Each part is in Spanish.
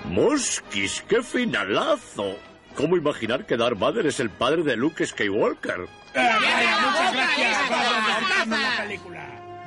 Mosquis, qué finalazo. ¿Cómo imaginar que Darth Vader es el padre de Luke Skywalker? Muchas gracias por vernos la película.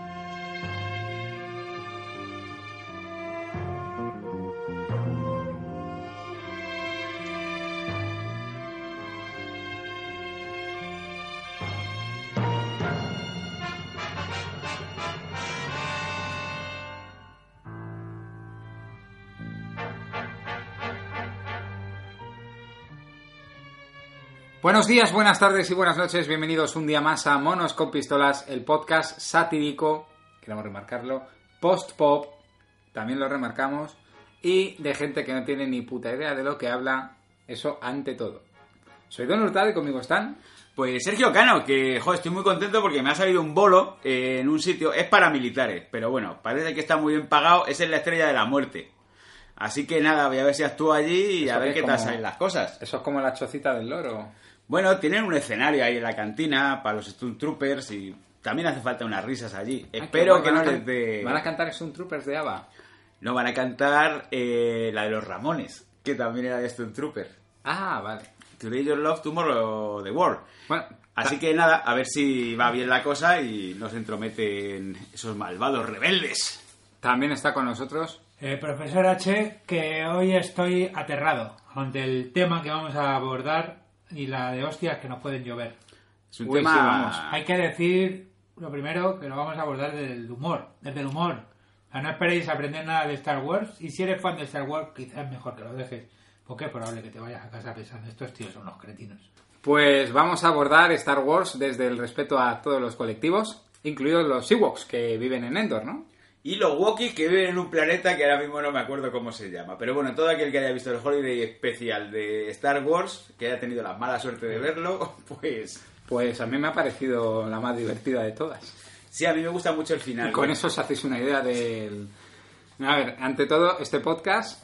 Buenos días, buenas tardes y buenas noches. Bienvenidos un día más a Monos con Pistolas, el podcast satírico, queremos remarcarlo, post-pop, también lo remarcamos, y de gente que no tiene ni puta idea de lo que habla, eso ante todo. Soy Don Hurtado y conmigo están... Pues Sergio Cano, que estoy muy contento porque me ha salido un bolo en un sitio, es para militares, pero bueno, parece que está muy bien pagado, es en la Estrella de la Muerte. Así que nada, voy a ver si actúo allí y a ver qué tal salen las cosas. Eso es como la chocita del loro. Bueno, tienen un escenario ahí en la cantina para los Stormtroopers y también hace falta unas risas allí. Espero que no les dé... ¿Van a cantar Stormtroopers de ABBA? No, van a cantar la de los Ramones, que también era de Stormtroopers. Ah, vale. Today Your Love, Tomorrow the World. Bueno, así que nada, a ver si va bien la cosa y no se entrometen esos malvados rebeldes. También está con nosotros... Profesor H, que hoy estoy aterrado ante el tema que vamos a abordar y la de hostias que nos pueden llover. Es un tema... Sí, vamos. Hay que decir, lo primero, que lo vamos a abordar desde el humor. O sea, no esperéis aprender nada de Star Wars, y si eres fan de Star Wars, quizás es mejor que lo dejes, porque es probable que te vayas a casa pensando, estos tíos son unos cretinos. Pues vamos a abordar Star Wars desde el respeto a todos los colectivos, incluidos los Ewoks que viven en Endor, ¿no? Y los Wookiees que viven en un planeta que ahora mismo no me acuerdo cómo se llama. Pero bueno, todo aquel que haya visto el Holiday especial de Star Wars, que haya tenido la mala suerte de verlo, pues... Pues a mí me ha parecido la más divertida de todas. Sí, a mí me gusta mucho el final. Y con eso os hacéis una idea del... A ver, ante todo, este podcast...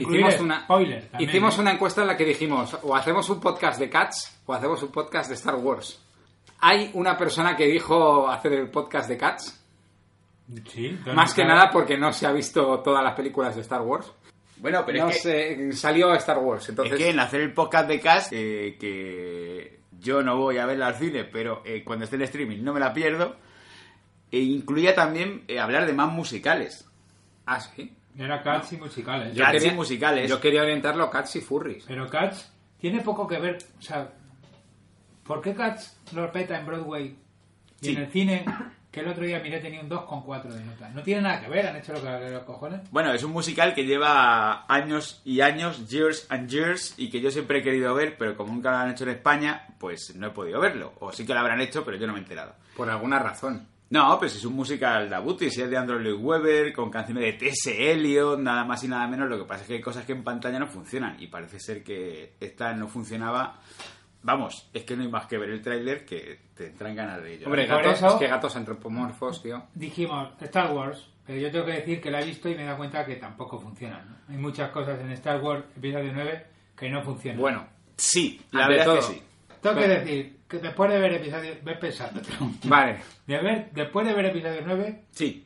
Hicimos una encuesta en la que dijimos, o hacemos un podcast de Cats, o hacemos un podcast de Star Wars. Hay una persona que dijo hacer el podcast de Cats... Sí, más que nada porque no se ha visto todas las películas de Star Wars. Bueno, pero no sé, salió Star Wars, entonces... Es que en hacer el podcast de Cast, que yo no voy a verla al cine, pero cuando esté en streaming no me la pierdo, incluía también hablar de más musicales. Ah, ¿sí? Era Cats y musicales. Yo quería orientarlo a Cats y Furries. Pero Cats tiene poco que ver, o sea... ¿Por qué Cats lo peta en Broadway y sí en el cine... Que el otro día miré tenía un 2,4 de nota. No tiene nada que ver, han hecho lo que los cojones. Bueno, es un musical que lleva años y años, years and years, y que yo siempre he querido ver, pero como nunca lo han hecho en España, pues no he podido verlo. O sí que lo habrán hecho, pero yo no me he enterado. Por alguna razón. No, pues es un musical de Abuti, si es de Andrew Lloyd Webber, con canciones de T.S. Eliot, nada más y nada menos. Lo que pasa es que hay cosas que en pantalla no funcionan, y parece ser que esta no funcionaba... Vamos, es que no hay más que ver el tráiler que te entran ganas de ello. Hombre, gatos antropomorfos, tío. Dijimos Star Wars, pero yo tengo que decir que la he visto y me he dado cuenta que tampoco funcionan, ¿no? Hay muchas cosas en Star Wars, episodio 9, que no funcionan. Bueno, sí, la verdad es que sí. Tengo que decir que después de ver episodio... Ves pensándotelo. Vale. Después de ver episodio 9... Sí.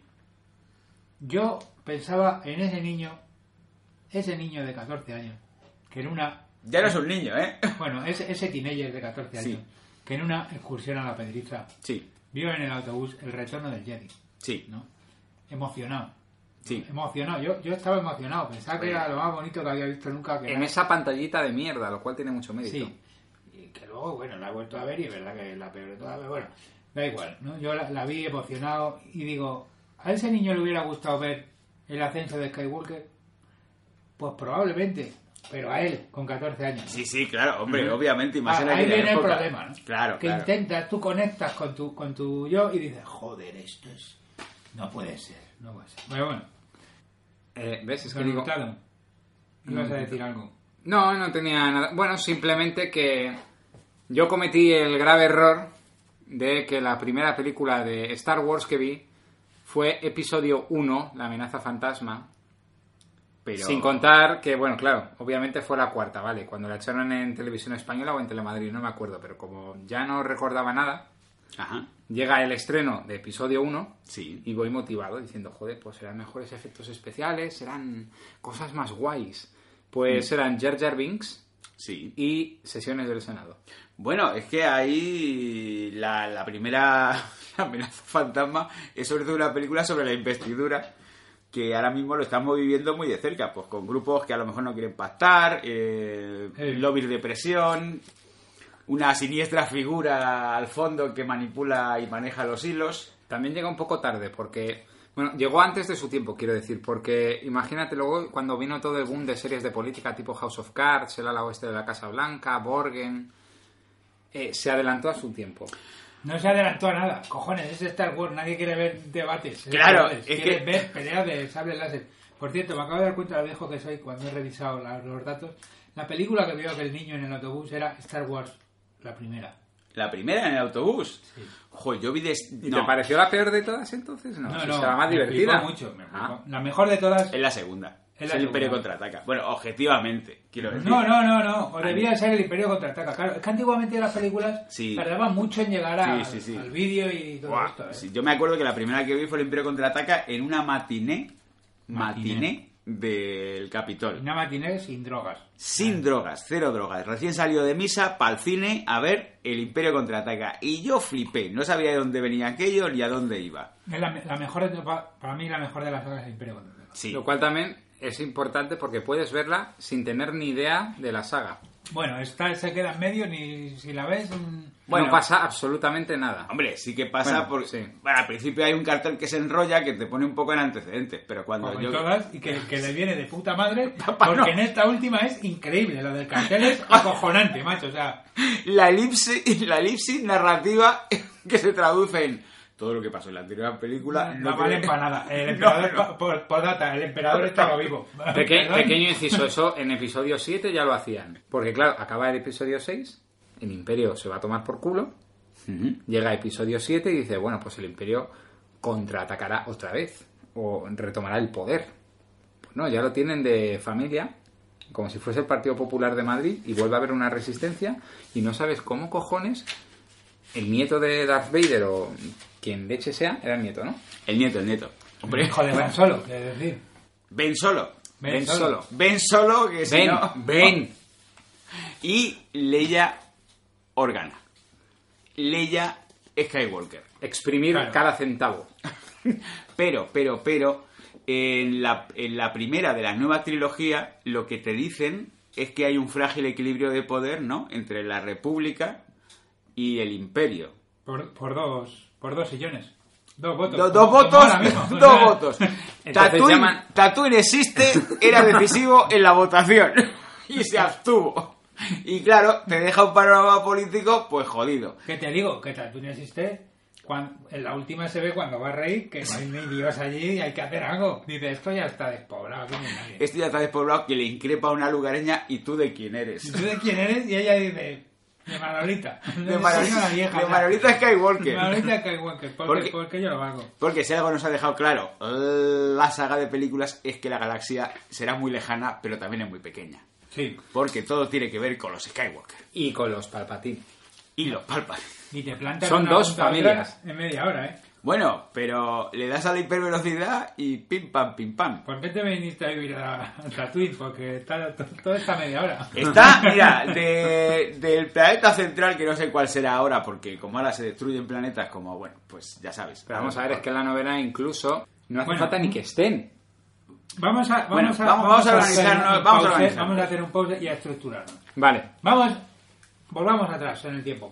Yo pensaba en ese niño de 14 años, que en una... Ya no es un niño, ¿eh? Bueno, ese teenager de 14 años, sí, que en una excursión a la Pedriza, sí, vio en el autobús el retorno del Jedi. Sí. ¿No? Emocionado. Sí. Emocionado. Yo estaba emocionado. Pensaba que era lo más bonito que había visto nunca. Que en esa pantallita de mierda, lo cual tiene mucho mérito. Sí. Y que luego, bueno, la he vuelto a ver y es verdad que es la peor de todas. Pero bueno, da igual, ¿no? Yo la vi emocionado y digo, ¿a ese niño le hubiera gustado ver el ascenso de Skywalker? Pues probablemente. Pero a él, con 14 años. Sí, sí, claro, hombre, obviamente. Y más en ahí viene época. El problema, ¿no? Claro, que intentas, tú conectas con tu yo y dices, joder, esto es... No puede ser. Pero bueno. ¿Ves? Es que digo... ¿Ibas a decir algo? No tenía nada... Bueno, simplemente que yo cometí el grave error de que la primera película de Star Wars que vi fue episodio 1, La amenaza fantasma. Pero... Sin contar que, bueno, claro, obviamente fue la cuarta, ¿vale? Cuando la echaron en Televisión Española o en Telemadrid, no me acuerdo, pero como ya no recordaba nada, ajá, llega el estreno de episodio 1, sí, y voy motivado diciendo, joder, pues serán mejores efectos especiales, serán cosas más guays. Pues eran Jar Jar Binks Sí. y Sesiones del Senado. Bueno, es que ahí la primera amenaza fantasma es sobre todo una película sobre la investidura, que ahora mismo lo estamos viviendo muy de cerca, pues con grupos que a lo mejor no quieren pactar, lobbies de presión, una siniestra figura al fondo que manipula y maneja los hilos. También llega un poco tarde porque... Bueno, llegó antes de su tiempo, quiero decir, porque imagínate luego cuando vino todo el boom de series de política tipo House of Cards, El ala oeste de la Casa Blanca, Borgen... se adelantó a su tiempo. No se adelantó a nada, cojones, es Star Wars, nadie quiere ver debates. Claro, debates, es quiere que... ver peleas de sable láser. Por cierto, me acabo de dar cuenta de lo viejo que soy cuando he revisado los datos. La película que vio aquel niño en el autobús era Star Wars, la primera. ¿La primera en el autobús? Sí. Joder, yo vi de... ¿Y te pareció la peor de todas entonces? No, si será más divertida. Me flipó mucho. La mejor de todas... Es la segunda. Es Es la el Imperio segunda. Contraataca. Bueno, objetivamente, quiero decir. No. O debía ser el Imperio Contraataca. Claro, es que antiguamente las películas Sí. tardaban mucho en llegar Sí. al vídeo y todo Buah, esto. sí, yo me acuerdo que la primera que vi fue el Imperio Contraataca en una matiné del Capitol. Una matiné sin drogas. Sin drogas, cero drogas. Recién salió de misa para el cine a ver el Imperio Contraataca. Y yo flipé. No sabía de dónde venía aquello ni a dónde iba. Es la mejor, para mí la mejor de las sagas del Imperio Contraataca. Sí. Lo cual también es importante porque puedes verla sin tener ni idea de la saga. Bueno, esta se queda en medio, ni si la ves... Bueno. No pasa absolutamente nada. Hombre, sí que pasa Bueno, porque... sí. Bueno, al principio hay un cartel que se enrolla que te pone un poco en antecedentes. Pero cuando como yo... en todas, y que le viene de puta madre, Papá, porque no. en esta última es increíble. Lo del cartel es acojonante, macho. O sea, La elipsis narrativa que se traduce en... Todo lo que pasó en la anterior película... no tiene- valen para nada. El emperador, No. por data, el emperador estaba vivo. Perdón. Pequeño inciso, eso en episodio 7 ya lo hacían. Porque claro, acaba el episodio 6, el Imperio se va a tomar por culo, Ujú. llega episodio 7 y dice, bueno, pues el Imperio contraatacará otra vez, o retomará el poder. Pues no, ya lo tienen de familia, como si fuese el Partido Popular de Madrid, y vuelve a haber una resistencia, y no sabes cómo cojones el nieto de Darth Vader, o quien leche sea, era el nieto, ¿no? El nieto. Hombre, Hijo de Ben Solo, es decir. Ben Solo. Ben Solo. Ben Solo, que si Ven, no... ven. Y Leia Organa. Leia Skywalker. Exprimir Claro. cada centavo. Pero, en la primera de la nueva trilogía, lo que te dicen es que hay un frágil equilibrio de poder, ¿no? Entre la República y el Imperio. Por dos sillones. Dos votos. Dos Como votos, ahora mismo. O dos sea, votos. Entonces llaman- Tatooine existe, era decisivo en la votación y se abstuvo. Y claro, te deja un panorama político, pues jodido. ¿Qué te digo? Que Tatooine existe. En la última se ve cuando va a reír que no hay ni Dios allí y hay que hacer algo. Dice, esto ya está despoblado, aquí no hay nadie. Esto ya está despoblado, que le increpa a una lugareña, ¿y tú de quién eres? ¿Y tú de quién eres? Y ella dice, de Manolita. De Manolita, La vieja, de o sea, Manolita Skywalker. de Manolita Skywalker. Porque- Porque yo lo hago. Porque si algo nos ha dejado claro la saga de películas es que la galaxia será muy lejana, pero también es muy pequeña. Sí. Porque todo tiene que ver con los Skywalker Y con los Palpatine. y los Palpatine. Y te plantan Son una dos punta a otra familias. en media hora, ¿eh? Bueno, pero le das a la hipervelocidad y pim pam, pim pam. ¿Por qué te viniste a vivir a Tatooine? Porque todo está media hora. Está, mira, del planeta central, que no sé cuál será ahora, porque como ahora se destruyen planetas, como, bueno, pues ya sabes. Pero vamos a ver, es que en la novela incluso no hace Bueno. falta ni que estén. Vamos a Vamos a hacer organizarnos, un vamos a pause, organizarnos. vamos a hacer un pause y a estructurarnos. Vale. Volvamos atrás en el tiempo.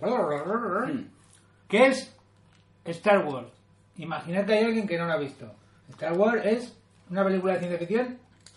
¿Qué es Star Wars? Imaginad que hay alguien que no lo ha visto. Star Wars es una película de ciencia ficción.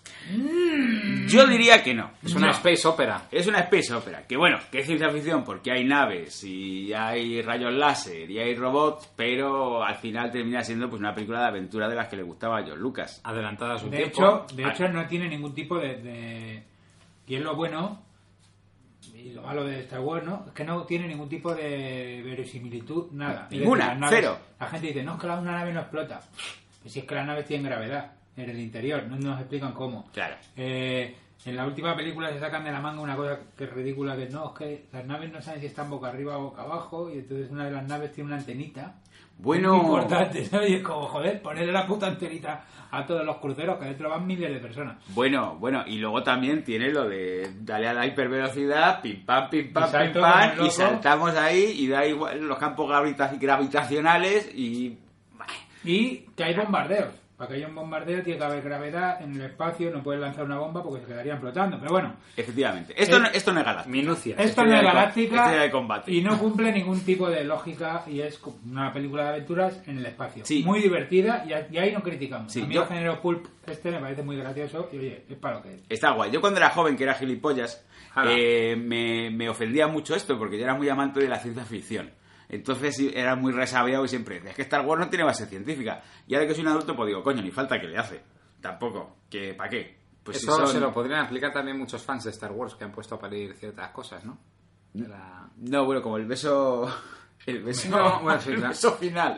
Yo diría que no. Es una No. space opera. Es una space opera, que bueno, que es ciencia ficción porque hay naves y hay rayos láser y hay robots, pero al final termina siendo pues una película de aventura de las que le gustaba a George Lucas. Adelantada a su De tiempo. hecho, no tiene ningún tipo de... Y es lo bueno y lo malo de Star Wars, ¿no? Es que no tiene ningún tipo de verosimilitud, nada. Es Ninguna, decir, las naves- cero. La gente dice, no, es que una nave no explota. Pues si es que las naves tienen gravedad en el interior, no nos explican cómo. Claro. En la última película se sacan de la manga una cosa que es ridícula, que no, es que las naves no saben si están boca arriba o boca abajo, y entonces una de las naves tiene una antenita. Bueno. Muy importante, ¿sabes? Y es como, joder, ponerle la puta antenita a todos los cruceros, que dentro van miles de personas. Bueno, y luego también tiene lo de darle a la hipervelocidad, pim pam, Y salto como pam, loco. y saltamos ahí y da igual los campos gravitacionales y... Y que hay bombardeos. Para que haya un bombardeo tiene que haber gravedad en el espacio, no puedes lanzar una bomba porque se quedarían flotando. Pero bueno, Efectivamente. Esto no es galáctico. Minucia. esto no es galáctica Estrella de combate. y no cumple ningún tipo de lógica y es una película de aventuras en el espacio. Sí. Muy divertida y ahí no criticamos. Sí, a mí yo- el género pulp me parece muy gracioso y oye, es para lo que es. Está guay. Yo cuando era joven, que era gilipollas, Hala. me ofendía mucho esto porque yo era muy amante de la ciencia ficción. Entonces era muy resabiado y siempre decía, es que Star Wars no tiene base científica. Y ahora que soy un adulto, pues digo, coño, ni falta que le hace. Tampoco. ¿Que ¿para qué? Pues Eso si son... se lo podrían aplicar también muchos fans de Star Wars que han puesto a parir ciertas cosas, ¿no? De la- No, bueno, como el beso... El beso, No, bueno, sí, el claro. beso final.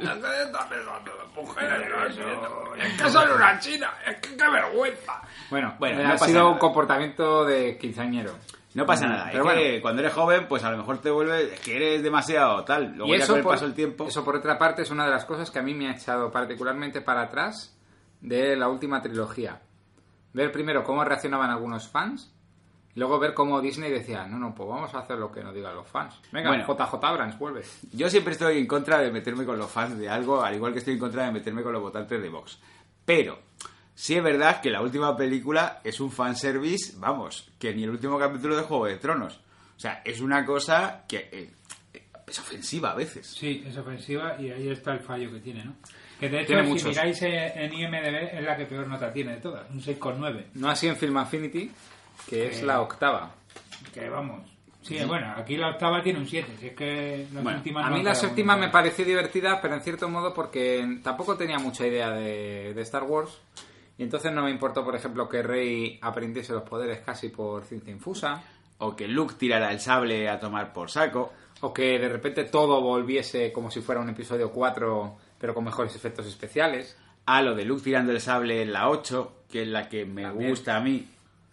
¡Es que son una china! ¡Es que qué vergüenza! Bueno, Bueno, ha no pasa sido nada. un comportamiento de quinceañero. No pasa nada. Pero es que bueno. cuando eres joven, pues a lo mejor te vuelves... Es que eres demasiado tal. Luego Y ya eso con el por, paso del tiempo... eso por otra parte es una de las cosas que a mí me ha echado particularmente para atrás de la última trilogía. Ver primero cómo reaccionaban algunos fans y luego ver cómo Disney decía, no, pues vamos a hacer lo que nos digan los fans. Venga, Bueno. JJ Abrams, vuelve. Yo siempre estoy en contra de meterme con los fans de algo, al igual que estoy en contra de meterme con los votantes de Vox. Pero sí es verdad que la última película es un fanservice, vamos, que ni el último capítulo de Juego de Tronos. O sea, es una cosa que es ofensiva a veces. Sí, es ofensiva y ahí está el fallo que tiene, ¿no? Que de hecho, Tiene si muchos. miráis en IMDb, es la que peor nota tiene de todas, un 6,9. No así en Film Affinity, que es la octava. Que vamos. Sí, bueno, aquí la octava tiene un 7. Si es que las Bueno, últimas A no mí han la quedado séptima muy me pareció divertida, pero en cierto modo porque tampoco tenía mucha idea de Star Wars. Y entonces no me importó, por ejemplo, que Rey aprendiese los poderes casi por ciencia infusa. O que Luke tirara el sable a tomar por saco. O que de repente todo volviese como si fuera un episodio 4, pero con mejores efectos especiales. A lo de Luke tirando el sable en la 8, que es la que me También. gusta a mí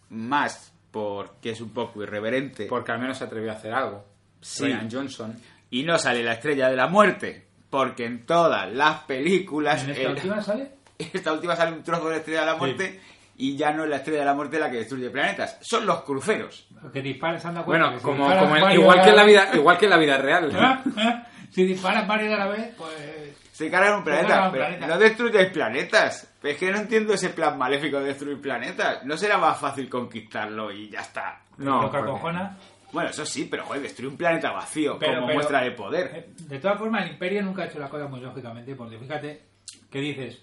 más porque es un poco irreverente. Porque al menos se atrevió a hacer algo. Sí. Ryan Johnson. Y no sale la estrella de la muerte. Porque en todas las películas... ¿En esta última sale? Esta última sale un trozo de la estrella de la muerte y ya no es la estrella de la muerte la que destruye planetas. Son los cruceros. Que disparas, se han dado cuenta Bueno, que si como disparas varios igual a que en la vez- vida, igual que en la vida real. Si disparas varios a la vez, pues... Se cargan un Se planeta, cargan un pero planeta. no destruyáis planetas. Es que no entiendo ese plan maléfico de destruir planetas. ¿No será más fácil conquistarlo y ya está? No, lo que porque- acojona. Bueno, eso sí, pero joder, destruir un planeta vacío Pero- como pero- muestra de poder. De todas formas, el Imperio nunca ha hecho las cosas muy lógicamente, porque fíjate que dices,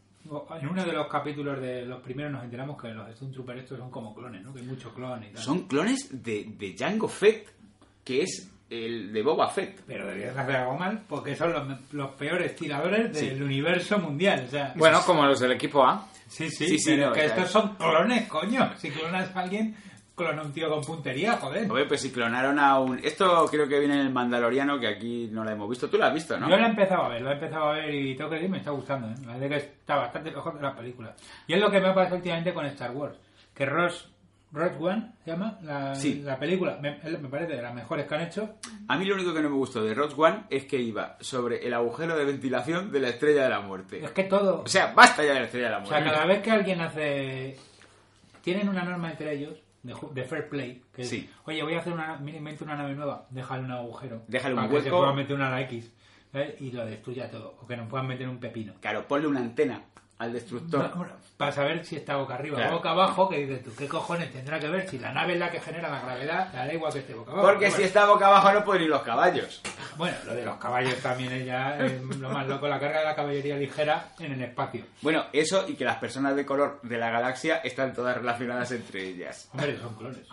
en uno de los capítulos de los primeros nos enteramos que los Stormtroopers estos son como clones, ¿no? Que hay muchos clones y tal. Son clones de Jango Fett, que es el de Boba Fett. Pero deberías hacer algo mal, porque son los peores tiradores del universo mundial. O sea, Bueno, como los del equipo A. sí, sí, pero no, que o sea, estos son clones, coño. Si clonas a alguien, clona a un tío con puntería, joder. Joder, pues si clonaron a un... Esto creo que viene en el Mandaloriano, que aquí no la hemos visto. Tú la has visto, ¿no? Yo lo he empezado a ver y tengo que decir, me está gustando, ¿eh? Me parece que está bastante mejor que las películas. Y es lo que me ha pasado últimamente con Star Wars, que Rogue One se llama Sí. la película, me parece de las mejores que han hecho. A mí lo único que no me gustó de Rogue One es que iba sobre el agujero de ventilación de la Estrella de la Muerte. Es que todo, O sea, basta ya de la Estrella de la o Muerte. sea, cada vez que alguien hace, tienen una norma entre ellos de fair play, que es, Sí. oye, voy a hacer me invento una nave nueva, déjale un agujero, Déjale un para que se hueco. pueda meter una a la X, ¿sabes? Y lo destruya todo, o que nos puedan meter un pepino. Claro, ponle una antena al destructor. Bueno, para saber si está boca arriba Claro. o boca abajo, que dices tú, ¿qué cojones tendrá que ver? Si la nave es la que genera la gravedad, da igual que esté boca abajo. Porque Pero si está boca abajo no pueden ir los caballos. bueno, lo de los caballos también es ya lo más loco, la carga de la caballería ligera en el espacio. Bueno, eso y que las personas de color de la galaxia están todas relacionadas entre ellas. Hombre, son clones.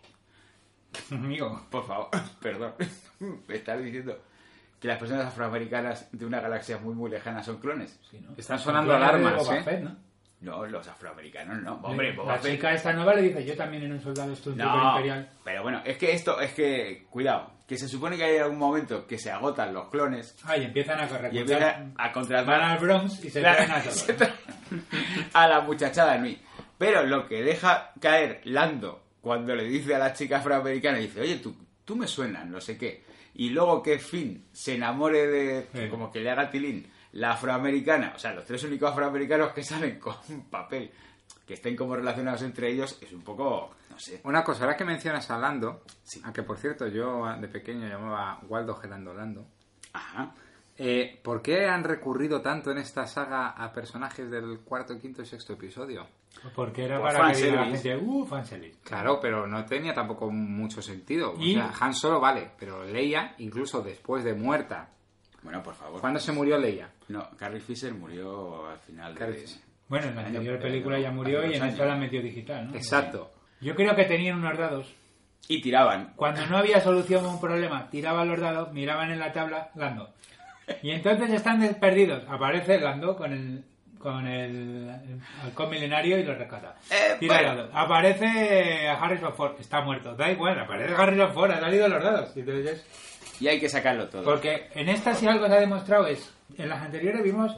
Amigo. Por favor, perdón. Me estás diciendo que las personas afroamericanas de una galaxia muy muy lejana son clones. Sí, ¿no? Están Son sonando clones de alarmas, Boba ¿eh? Fett, ¿no? No, los afroamericanos no. Hombre, Boba La Fett. chica esta nueva le dice, yo también en un soldado Stormtrooper No, imperial. pero bueno, es que cuidado, que se supone que hay algún momento que se agotan los clones Ah, y empiezan a y correr. empiezan a Van contratar al Bronx y se Claro, traen a todos. a la muchachada en mí. Pero lo que deja caer Lando cuando le dice a la chica afroamericana, dice, oye, tú me suenas, no sé qué. Y luego que Finn se enamore de, como que le haga tilín, la afroamericana, o sea, los 3 únicos afroamericanos que salen con papel, que estén como relacionados entre ellos, es un poco, no sé. Una cosa, ahora que mencionas a Lando, Sí. a que por cierto yo de pequeño llamaba Waldo Gelando Lando, Ajá. ¿por qué han recurrido tanto en esta saga a personajes del 4., 5. y 6. episodio? Porque era Por para que diga la fanservice. gente, fanservice. Claro, pero no tenía tampoco mucho sentido. O Y- sea, Han Solo vale, pero Leia, incluso después de muerta. Bueno, por favor. ¿Cuándo se murió Leia? No, Carrie Fisher murió al final de... Carrie Fisher. Bueno, en la Año- anterior película ya murió hace y en 2 esta años. la metió digital, ¿no? Exacto. Yo creo que tenían unos dados. Y tiraban. Cuando no había solución a un problema, tiraban los dados, miraban en la tabla, Lando. Y entonces están perdidos. Aparece Lando con el halcón milenario y lo rescata. Tira bueno. el dado. Aparece Harrison Ford, está muerto. Da igual, aparece Harrison Ford, ha salido los dados. Y entonces, Y hay que sacarlo todo. porque en esta si algo se ha demostrado es, en las anteriores vimos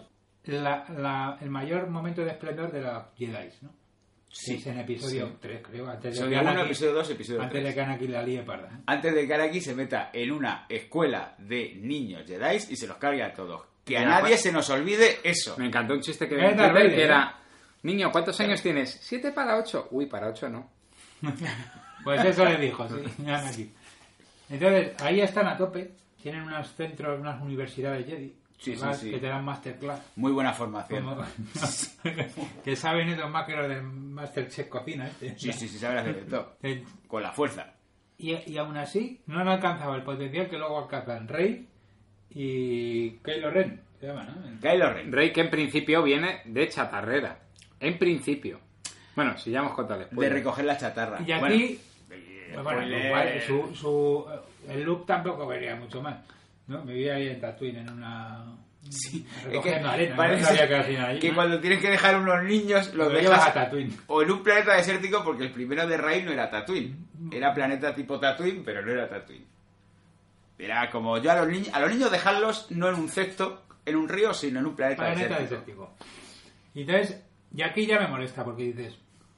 el mayor momento de esplendor de los Jedi, ¿no? Sí. Es en episodio 3, creo. Antes de Episodio que 1, Anakin- episodio 2, episodio Antes 3. de que Anakin la líe parda. Antes de que Araki se meta en una escuela de niños Jedi y se los cargue a todos. Que a Ya, nadie pues. se nos olvide eso. Me encantó un chiste que Es vi en Twitter Vader, que ¿eh? era: niño, ¿cuántos años tienes? 7 para 8. Uy, para 8 no. Pues eso le dijo, sí. Anakin. Entonces, ahí están a tope. Tienen unos centros, unas universidades Jedi. Sí, que sí, vas- sí. Que te dan masterclass. Muy buena formación. Como- que saben esos más que los de Masterchef Cocina. Sí, saben hacer de todo. Con la fuerza. Y aún así, no han alcanzado el potencial que luego alcanzan Rey y Kylo Ren. Se llama, ¿no? Kylo Ren. Rey, que en principio viene de chatarrera. En principio. Bueno, si ya hemos contado después. De recoger la chatarra. Y aquí, Bueno, bueno, spoiler. vale, el look tampoco vería mucho más. ¿No? Me vi ahí en Tatooine en una... Sí, recogiendo arena. parece ¿no? Sabía que casi nada allí, que ¿no? cuando tienes que dejar unos niños los Lo llevas dejas a Tatooine. o en un planeta desértico, porque el primero de Rey no era Tatooine, era planeta tipo Tatooine, pero no era Tatooine. Era como yo a los niños dejarlos no en un cesto, en un río, sino en un planeta desértico. Y entonces, y aquí ya me molesta porque dices,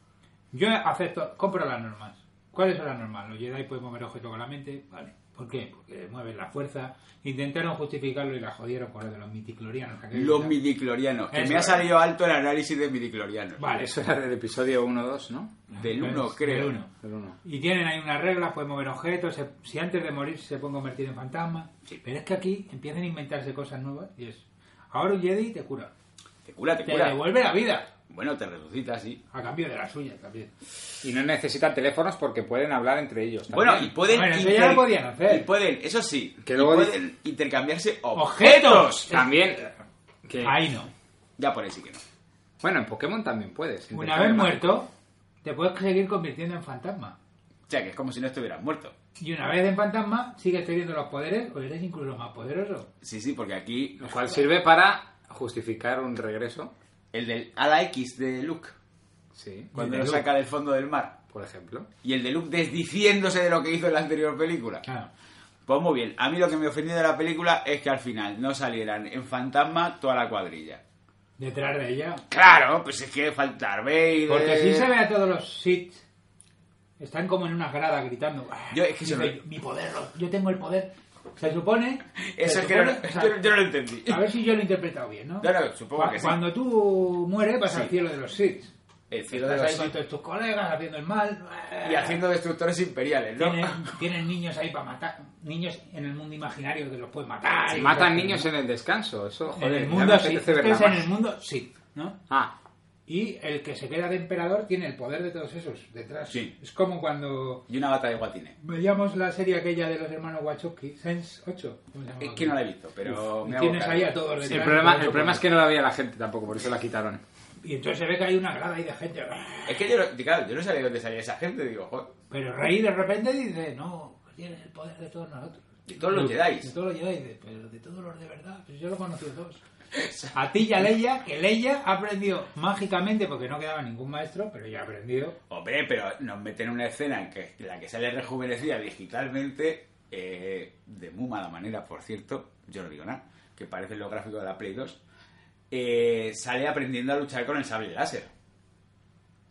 yo acepto, compro las normas. ¿Cuáles son las normas? Los Jedi pueden mover objetos con la mente, vale. ¿Por qué? Porque mueven la fuerza. Intentaron justificarlo y la jodieron con lo de los midichlorianos. Los midichlorianos, que Eso me ha es. salido alto el análisis de midichlorianos. Vale. Eso era del episodio 1-2, ¿no? Del 1, creo. Del uno. Del 1. Y tienen ahí unas reglas, pueden mover objetos, si antes de morir se pueden convertir en fantasma. Pero es que aquí empiezan a inventarse cosas nuevas y es, ahora un Jedi te cura, Te cura, te te cura. devuelve la vida, Bueno, te resucita, sí. a cambio de la suya también. Y no necesitan teléfonos porque pueden hablar entre ellos. Bueno, también. y pueden... Bueno, eso ya lo podían hacer. Y pueden, eso sí, Que y luego pueden intercambiarse ¡Objetos! objetos. También. Que... Ahí no. Ya por ahí sí que no. Bueno, en Pokémon también puedes. Una vez muerto, te puedes seguir convirtiendo en fantasma. O sea, que es como si no estuvieras muerto. Y una vez en fantasma, sigues teniendo los poderes o eres incluso más poderoso. Sí, porque aquí... Lo cual sirve para justificar un regreso. El del ala X de Luke, Sí. cuando de lo Luke. saca del fondo del mar. Por ejemplo. Y el de Luke desdiciéndose de lo que hizo en la anterior película. Claro. Pues muy bien, a mí lo que me ofendió de la película es que al final no salieran en fantasma toda la cuadrilla. Detrás de ella. Claro, pues es que falta Vader... Porque si se ve a todos los Sith, están como en una grada gritando. Yo, es que eso Dice, no- mi poder, yo tengo el poder. Se supone... Eso se es que no, supone- o sea, yo no lo entendí. a ver si yo lo he interpretado bien, ¿no? No, supongo que sí. Cuando tú mueres vas al Sí. cielo de los Sith. El cielo de Estás los ahí Sith con todos tus colegas haciendo el mal. y haciendo destructores imperiales, ¿no? Tienen niños ahí para matar. Niños en el mundo imaginario que los pueden matar. y Matan cosas, niños ¿no? en el descanso. Eso, En joder. el ya mundo me sí. apetece Esto verla es en más. el mundo sí, ¿no? Ah, Y el que se queda de emperador tiene el poder de todos esos detrás. Sí. Es como cuando Y una bata de guatine. veíamos la serie aquella de los hermanos Wachowski, Sense 8. ¿cómo se llamaba? Es que no la he visto, pero Y me hago tienes cargo. ahí a todos detrás. el problema es que no la veía la gente tampoco, por eso la quitaron. Y entonces se ve que hay una grada ahí de gente. Es que claro, yo no sabía de dónde salía esa gente, digo, joder. Pero Rey de repente dice, no, tienes el poder de todos nosotros. De todos los Jedi. De todos los Jedi, pero de todos los de verdad. Pues yo lo he conocido todos. A ti y a Leia, que Leia ha aprendido mágicamente, porque no quedaba ningún maestro, pero ya ha aprendido. Hombre, pero nos meten una escena en la que sale rejuvenecida digitalmente, de muy mala manera, por cierto, yo no digo nada, que parece lo gráfico de la Play 2, sale aprendiendo a luchar con el sable láser.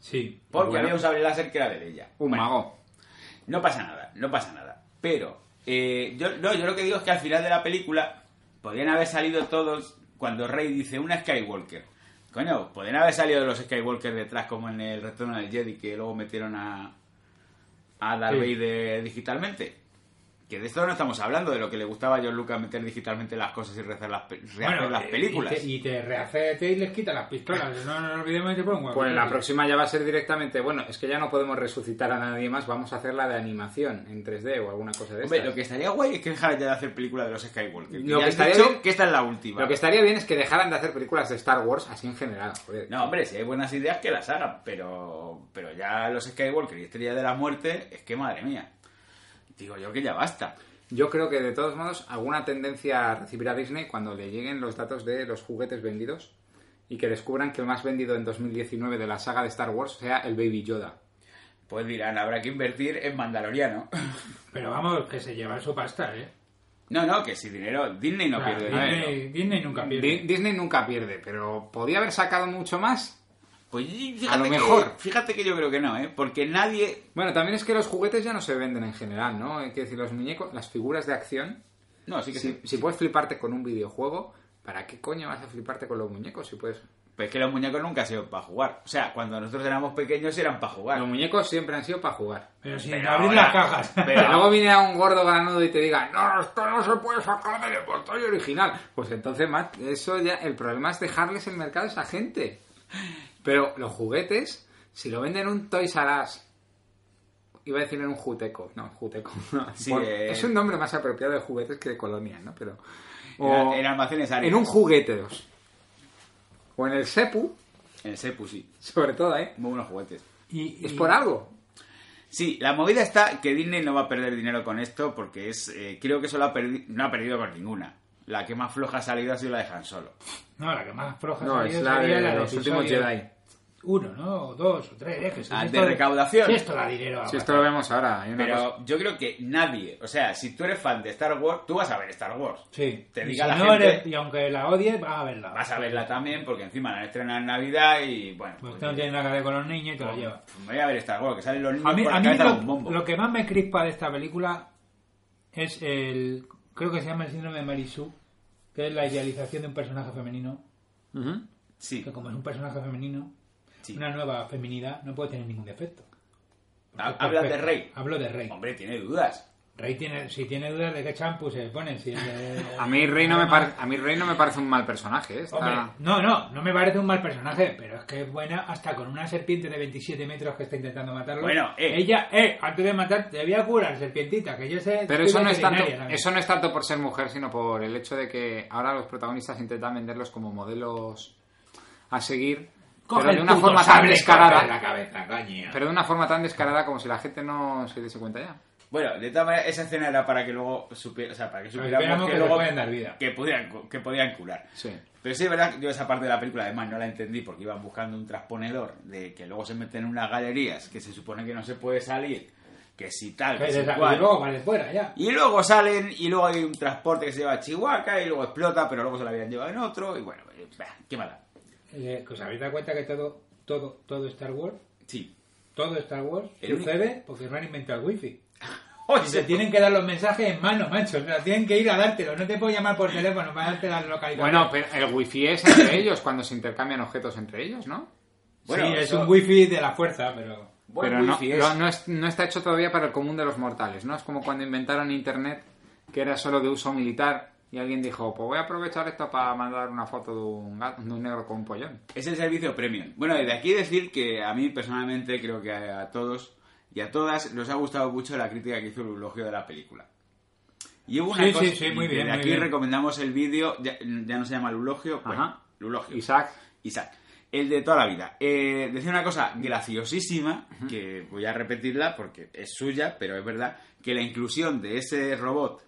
Sí. Porque Bueno. había un sable láser que era de Leia. Un Bueno, mago. no pasa nada. Pero yo lo que digo es que al final de la película podrían haber salido todos cuando Rey dice una Skywalker. Coño, podrían haber salido los Skywalker detrás como en el Retorno del Jedi que luego metieron a Darth Sí. Vader digitalmente. Que de esto no estamos hablando, de lo que le gustaba a George Lucas meter digitalmente las cosas y rehacer las películas. Y te rehace y les quita las pistolas. No nos olvidemos de poner un huevo. Pues la próxima ya va a ser directamente, bueno, es que ya no podemos resucitar a nadie más, vamos a hacer la de animación en 3D o alguna cosa de Hombre, estas. lo que estaría guay es que dejaran ya de hacer películas de los Skywalker. Lo que Ya has estaría dicho bien- que esta es la última. Lo que estaría bien es que dejaran de hacer películas de Star Wars así en general, joder. No, hombre, si hay buenas ideas que las hagan, pero ya los Skywalker y Estrella de la Muerte, es que madre mía. Digo yo que ya basta. Yo creo que de todos modos alguna tendencia recibirá Disney cuando le lleguen los datos de los juguetes vendidos y que descubran que el más vendido en 2019 de la saga de Star Wars sea el Baby Yoda. Pues dirán, habrá que invertir en Mandaloriano. Pero vamos, que se lleva su pasta, ¿eh? No, que si dinero, Disney no Claro, pierde dinero. Disney nunca pierde. Disney nunca pierde, pero ¿podía haber sacado mucho más? Pues A lo mejor. Fíjate que yo creo que no, ¿eh? Porque nadie... Bueno, también es que los juguetes ya no se venden en general, ¿no? Hay que decir, los muñecos, las figuras de acción, No, sí que sí. si puedes fliparte con un videojuego, ¿para qué coño vas a fliparte con los muñecos? Si puedes... Pues es que los muñecos nunca han sido para jugar. O sea, cuando nosotros éramos pequeños eran para jugar. Los muñecos siempre han sido para jugar. Pero sin Pero abrir ahora- las cajas. Pero luego viene a un gordo granudo y te diga, no, esto no se puede sacar del envoltorio original. Pues entonces, Matt, eso ya, el problema es dejarles el mercado a esa gente. Pero los juguetes, si lo venden en un Toys R Us, iba a decir en un Juteco, no, Juteco. No. Sí, Es un nombre más apropiado de juguetes que de colonias, ¿no? Pero En almacenes áreas. en un Jugueteos. O en el Sepu, En el Sepu, sí. sobre todo, Muy buenos juguetes. es por algo. Sí, la movida está que Disney no va a perder dinero con esto porque creo que solo no ha perdido con ninguna. La que más floja ha salido ha sido la de Han Solo. No, la que más floja No, salido es la sería de los últimos episodio Jedi. 1, ¿no? O 2 o 3, que si Ah, esto- de recaudación. Si esto da dinero. Si esto lo vemos ahora. hay una cosa- Pero yo creo que nadie, o sea, si tú eres fan de Star Wars, tú vas a ver Star Wars. Sí. Te Y diga si la no gente- eres- y aunque la odies, vas a verla. Vas a verla también porque encima la han estrenado en Navidad y bueno. Pues no tienes nada que ver con los niños y te lo llevas. Pues me voy a ver Star Wars, que salen los niños A mí, por a la mí cabeza de un bombo. lo que más me crispa de esta película es creo que se llama el síndrome de Mary Sue, que es la idealización de un personaje femenino, Ujú. Sí. que como es un personaje femenino, Sí. una nueva feminidad no puede tener ningún defecto. Porque es ¿Hablas de perfecta. Rey? Hablo de Rey. Hombre, tiene dudas. Rey si tiene dudas de qué champú se pone. Si A mí Rey no me parece un mal personaje, ¿eh? Está- Hombre, no me parece un mal personaje, pero es que es buena hasta con una serpiente de 27 metros que está intentando matarlo. Bueno, Ella, antes de matar, te voy a curar, serpientita, que yo sé... Pero soy eso no es tanto, veterinaria también. eso no es tanto por ser mujer, sino por el hecho de que ahora los protagonistas intentan venderlos como modelos a seguir, Coge pero de el una puto forma tan sable y córtale la descarada, cabeza, coño. pero de una forma tan descarada como si la gente no se diese cuenta ya. Bueno, de todas maneras, esa escena era para que luego supiéramos Esperamos que luego le pueden dar vida. que podían curar. Sí. Pero sí, es verdad, yo esa parte de la película además no la entendí porque iban buscando un transponedor de que luego se meten en unas galerías que se supone que no se puede salir, que si tal, que si Y cual. luego vale fuera, ya. Y luego salen y luego hay un transporte que se lleva a Chihuahua y luego explota, pero luego se lo habían llevado en otro y bueno, qué mala. Que os habéis dado cuenta que todo Star Wars, Sí. todo Star Wars El sucede porque no han inventado el wifi. Oye, Y se tienen que dar los mensajes en mano, macho. O sea, tienen que ir a dártelo. No te puedo llamar por teléfono para darte las localizaciones. Bueno, pero el wifi es entre ellos, cuando se intercambian objetos entre ellos, ¿no? Bueno, sí, es eso- un wifi de la fuerza, pero... buen Pero wifi es. no está hecho todavía para el común de los mortales, ¿no? Es como cuando inventaron Internet, que era solo de uso militar, y alguien dijo, pues voy a aprovechar esto para mandar una foto de un gato, de un negro con un pollón. Es el servicio premium. Bueno, desde aquí decir que a mí personalmente creo que a todos y a todas nos ha gustado mucho la crítica que hizo el elogio de la película. Y hubo una Sí, cosa, sí, sí, muy y bien, desde muy aquí bien. recomendamos el vídeo, ya no se llama Lulogio, bueno, Ajá. Lulogio. Isaac, El de toda la vida. Decía una cosa graciosísima, que voy a repetirla porque es suya, pero es verdad, que la inclusión de ese robot,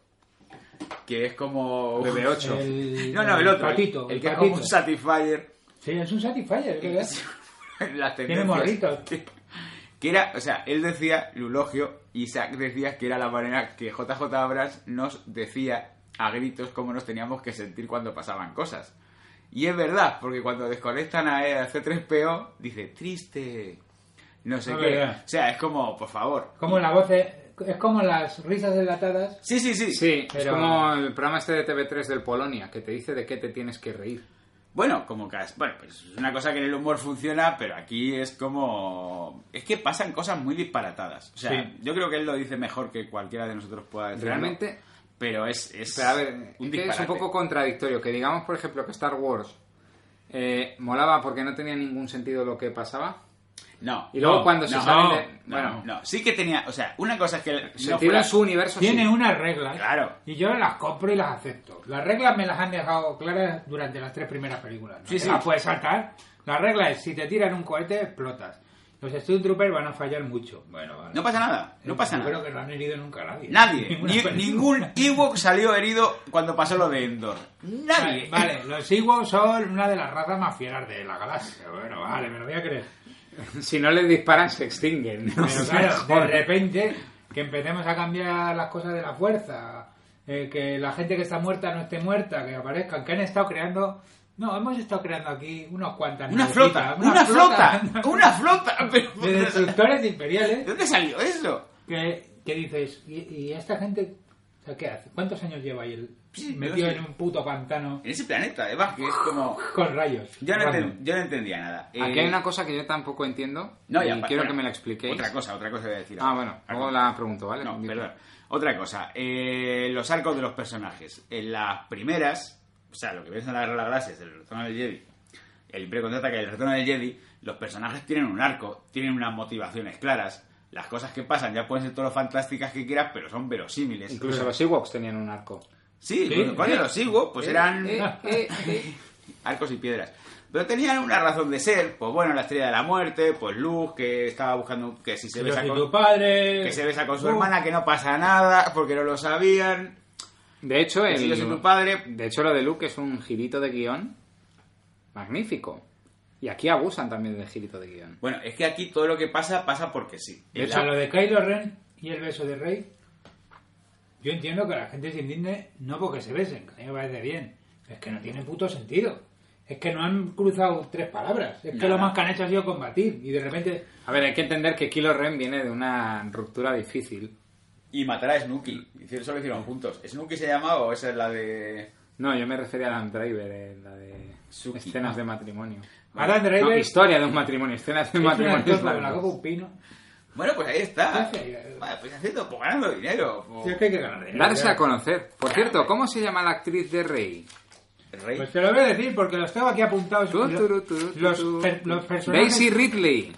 que es como... BB8. el otro, patito, el que es patito. como un Satisfyer. Sí, es un Satisfyer, es verdad. Las Tiene tendencias. morritos. Que era, o sea, él decía, Lulogio, Isaac decía que era la manera que JJ Abrams nos decía a gritos cómo nos teníamos que sentir cuando pasaban cosas. Y es verdad, porque cuando desconectan a C3PO, dice, triste. no sé No, qué. verdad. O sea, es como, por favor. Como la voz es como las risas enlatadas. Sí. Sí, es Pero- como el programa este de TV3 del Polonia, que te dice de qué te tienes que reír. Bueno, pues es una cosa que en el humor funciona, pero aquí es como... Es que pasan cosas muy disparatadas. O sea, Sí. yo creo que él lo dice mejor que cualquiera de nosotros pueda decirlo. Realmente, Pero es pero a ver, un es que es disparate. un poco contradictorio. Que digamos, por ejemplo, que Star Wars molaba porque no tenía ningún sentido lo que pasaba. No. Y luego No, cuando se no, salen no, de... Bueno, No, sí que tenía... O sea, una cosa es que... no sentido fuera- en su universo Tiene sí. unas reglas. Claro. Y yo las compro y las acepto. Las reglas me las han dejado claras durante las 3 primeras películas. No Sí, te sí. las puedes saltar. La regla es, si te tiran un cohete, explotas. Los Stormtroopers van a fallar mucho. Bueno, vale. No pasa nada, no pasa Yo nada. creo que no han herido nunca a nadie. Nadie, Ninguna película. ningún Ewok salió herido cuando pasó lo de Endor. Nadie. Vale, los Ewoks son una de las razas más fieras de la galaxia. Bueno, vale, me lo voy a creer. Si no les disparan, se extinguen. Pero claro, de repente, que empecemos a cambiar las cosas de la fuerza, que la gente que está muerta no esté muerta, que aparezcan, que han estado creando... No, hemos estado creando aquí unos cuantas... Una navecitas, flota, una flota. Pero... de destructores imperiales, ¿De dónde salió eso? que dices, ¿y esta gente o sea, qué hace? ¿Cuántos años lleva ahí Sí, metido no sé. en un puto pantano En ese planeta, además, que es como... con rayos? Yo no, Random. yo no entendía nada. Aquí hay una cosa que yo tampoco entiendo No, y ya, quiero bueno, que me la expliquéis. Otra cosa voy a decir. Ah, ahora. bueno, luego la pregunto, ¿vale? No, Dime. perdón. Otra cosa, los arcos de los personajes. En las primeras, o sea, lo que ves en la Guerra de las Galaxias, el Retorno del Jedi, el Imperio Contraataca y el Retorno del Jedi, los personajes tienen un arco, tienen unas motivaciones claras. Las cosas que pasan ya pueden ser todo lo fantásticas que quieras, pero son verosímiles. Incluso los Ewoks tenían un arco. Sí, Sí, coño, sí. los Ewoks, pues eran eh. arcos y piedras. Pero tenían una razón de ser. Pues bueno, la Estrella de la Muerte, pues Luke, que estaba buscando que si se Yo besa soy con... tu padre... Que se besa con su hermana, que no pasa nada, porque no lo sabían. De hecho, Que si yo soy tu padre. de hecho, lo de Luke es un girito de guión magnífico. Y aquí abusan también del girito de guión. Bueno, es que aquí todo lo que pasa, pasa porque sí. De hecho, lo de Kylo Ren y el beso de Rey, yo entiendo que la gente se indigne no porque se besen, que a mí me parece bien. Es que no tiene puto sentido. Es que no han cruzado 3 palabras. Es que Nada. lo más que han hecho ha sido combatir. Y de repente... A ver, hay que entender que Kylo Ren viene de una ruptura difícil. Y matar a Snooki. Eso lo hicieron juntos. ¿Snooki se llamaba o esa es la de...? No, yo me refería a Adam Driver, la de Suki. escenas de matrimonio. Adam Driver No, historia de un matrimonio, escenas de es una matrimonio. actor es como la la cosa. copa un pino. Bueno, pues ahí está. Sí, sí. Vale, pues haciendo, pues ganando dinero. Si es que hay que ganar dinero. Darse a conocer. Por cierto, ¿cómo se llama la actriz de Rey? El rey. Pues te lo voy a decir porque los tengo aquí apuntados. Los personajes... Daisy Ridley.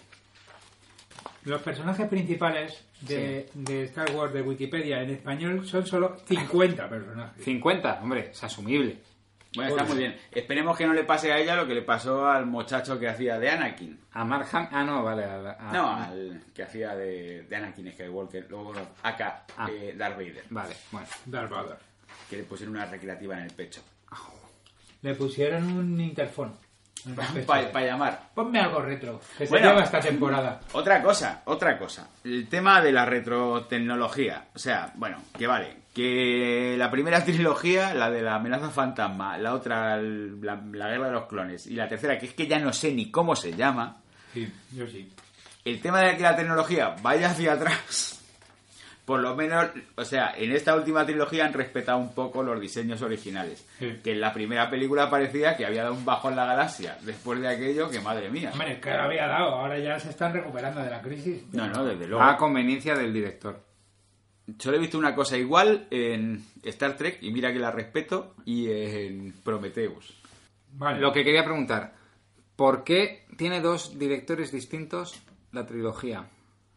Los personajes principales de Star Wars de Wikipedia en español son solo 50 personajes. 50, hombre, es asumible. Bueno, está muy bien. Esperemos que no le pase a ella lo que le pasó al muchacho que hacía de Anakin. A Mark Ah, no, vale. No, al que hacía de Anakin Skywalker. Luego, acá, Ah. Darth Vader. Vale, bueno. Darth Vader. Que le pusieron una recreativa en el pecho. Le pusieron un interfón. en el pecho. Para llamar. Ponme algo retro, que se Bueno. lleva esta temporada. Otra cosa. El tema de la retrotecnología. O sea, bueno, que vale. Que la primera trilogía, la de la amenaza fantasma, la otra, la guerra de los clones, y la tercera, que es que ya no sé ni cómo se llama, Sí, yo sí. el tema de que la tecnología vaya hacia atrás, por lo menos, o sea, en esta última trilogía han respetado un poco los diseños originales. Sí. Que en la primera película parecía que había dado un bajo en la galaxia, después de aquello, que madre mía. Hombre, es que lo había dado, ahora ya se están recuperando de la crisis. No, desde luego. A conveniencia del director. Solo he visto una cosa igual en Star Trek, y mira que la respeto, y en Prometheus. Vale. Lo que quería preguntar, ¿por qué tiene 2 directores distintos la trilogía?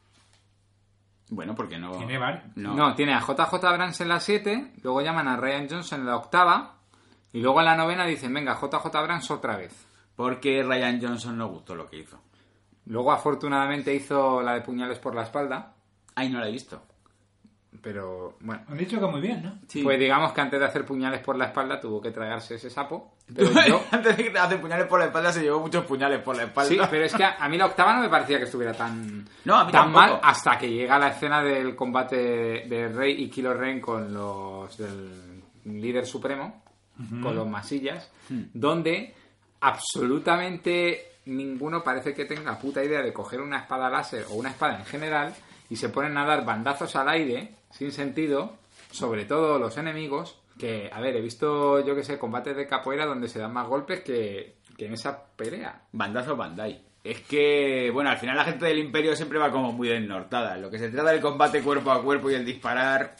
Bueno, porque no... Tiene varios. No, tiene a JJ Abrams en la 7, luego llaman a Rian Johnson en la 8ª, y luego en la 9ª dicen, venga, JJ Abrams otra vez. Porque Rian Johnson no gustó lo que hizo. Luego afortunadamente hizo la de puñales por la espalda, Ay, no la he visto. pero bueno. Han dicho que muy bien, ¿no? Sí. Pues digamos que antes de hacer puñales por la espalda tuvo que tragarse ese sapo. Pero yo... Antes de que te hacen puñales por la espalda, se llevó muchos puñales por la espalda. Sí, pero es que a mí la 8ª no me parecía que estuviera tan, No, a mí tan tampoco. mal hasta que llega la escena del combate de Rey y Kylo Ren con los del líder supremo, con los masillas, donde absolutamente ninguno parece que tenga puta idea de coger una espada láser o una espada en general y se ponen a dar bandazos al aire sin sentido, sobre todo los enemigos, que, a ver, he visto, yo que sé, combates de capoeira donde se dan más golpes que en esa pelea. Bandazo Bandai. Es que, bueno, al final la gente del Imperio siempre va como muy desnortada. Lo que se trata del combate cuerpo a cuerpo y el disparar...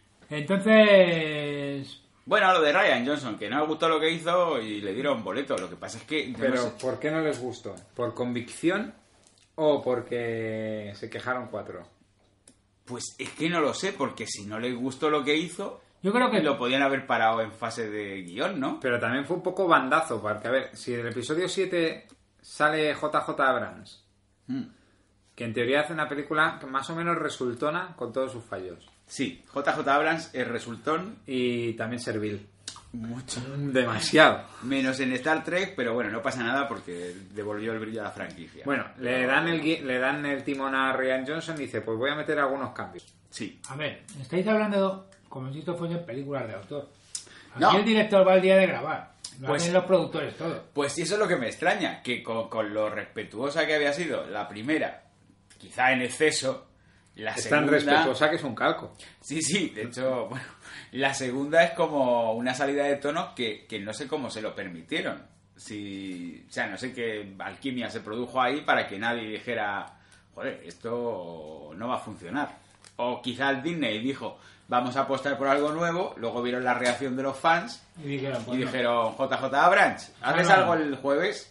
Entonces... Bueno, lo de Rian Johnson, que no le gustó lo que hizo y le dieron boleto. Lo que pasa es que... Pero, no sé. ¿por qué no les gustó? ¿Por convicción o porque se quejaron 4? Pues es que no lo sé, porque si no les gustó lo que hizo... Yo creo que lo podían haber parado en fase de guión, ¿no? Pero también fue un poco bandazo, porque, a ver, si en el episodio 7 sale JJ Abrams, que en teoría hace una película que más o menos resultona con todos sus fallos. Sí, JJ Abrams es resultón. Y también servil. Mucho. Demasiado. Menos en Star Trek, pero bueno, no pasa nada porque devolvió el brillo a la franquicia. Bueno, le dan el timón a Rian Johnson y dice, pues voy a meter algunos cambios. Sí. A ver, estáis hablando como si esto fuesen películas de autor. Aquí No. el director va al día de grabar. Lo Pues- hacen los productores todo. Pues sí, eso es lo que me extraña, que con lo respetuosa que había sido la primera, quizá en exceso, la Es segunda... tan respetuosa que es un calco. Sí, sí, de hecho, bueno, la segunda es como una salida de tono que no sé cómo se lo permitieron. O sea, no sé qué alquimia se produjo ahí para que nadie dijera, joder, esto no va a funcionar. O quizá el Disney dijo, vamos a apostar por algo nuevo, luego vieron la reacción de los fans Y dijeron, y pues no. dijeron, JJ Abrams, ¿haces no. algo el jueves?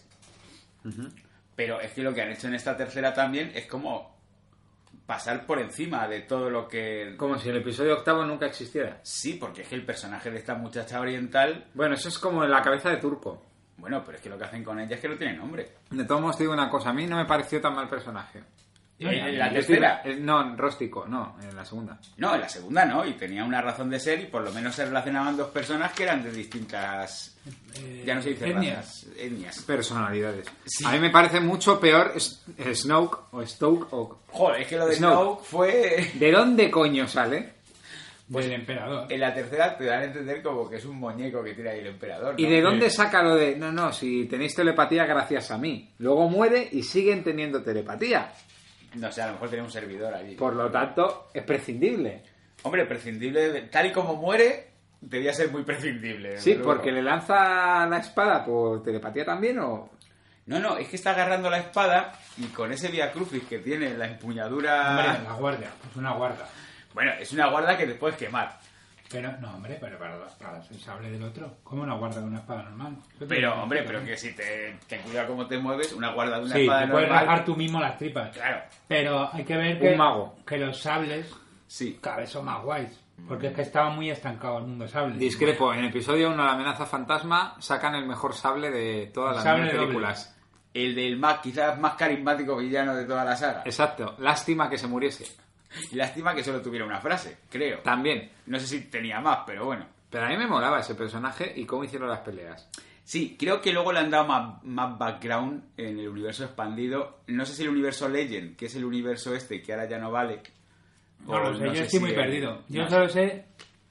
Pero es que lo que han hecho en esta tercera también es como pasar por encima de todo lo que... Como si el episodio 8 nunca existiera. Sí, porque es que el personaje de esta muchacha oriental... Bueno, eso es como en la cabeza de Turco. Bueno, pero es que lo que hacen con ella es que no tiene nombre. De todos modos te digo una cosa, a mí no me pareció tan mal personaje. En la Yo tercera... No, Róstico, no, en la segunda. No, en la segunda no, y tenía una razón de ser y por lo menos se relacionaban dos personas que eran de distintas... ya no se dice etnias. razas, etnias. Personalidades. Sí. A mí me parece mucho peor Snoke o Stoke o... Joder, es que lo de Snoke. Snoke fue... ¿De dónde coño sale? Del emperador. En la tercera te dan a entender como que es un muñeco que tiene ahí el emperador, ¿no? ¿Y de dónde saca lo de... No, si tenéis telepatía gracias a mí. Luego muere y siguen teniendo telepatía. No sé, a lo mejor tenía un servidor allí. Por lo tanto, es prescindible. Hombre, prescindible, tal y como muere, debía ser muy prescindible. desde Sí, luego. porque le lanza la espada por telepatía también o... No, es que está agarrando la espada y con ese Via Crucis que tiene en la empuñadura... Hombre, la guardia. Es una guarda. Bueno, es una guarda que te puedes quemar. Pero, no, hombre, pero para el sable del otro. ¿Cómo una guarda de una espada normal? Eso Pero, tiene hombre, sentido, pero ¿no? que si te cuida cómo te mueves, una guarda de una Sí, espada te puedes normal... rajar tú mismo las tripas. Claro, Pero hay que ver Un que, mago. que los sables sí. cada vez son más guays. Porque es que estaba muy estancado el mundo sable. Discrepo, en episodio 1, La amenaza fantasma, sacan el mejor sable de todas El las sable nueve doble. películas. El del más, quizás más carismático villano de toda la saga. Exacto, lástima que se muriese. Y lástima que solo tuviera una frase, creo. También. No sé si tenía más, pero bueno. Pero a mí me molaba ese personaje y cómo hicieron las peleas. Sí, creo que luego le han dado más background en el universo expandido. No sé si el universo Legend, que es el universo este que ahora ya no vale. No lo sé, yo estoy muy el- perdido. Yo no solo sé...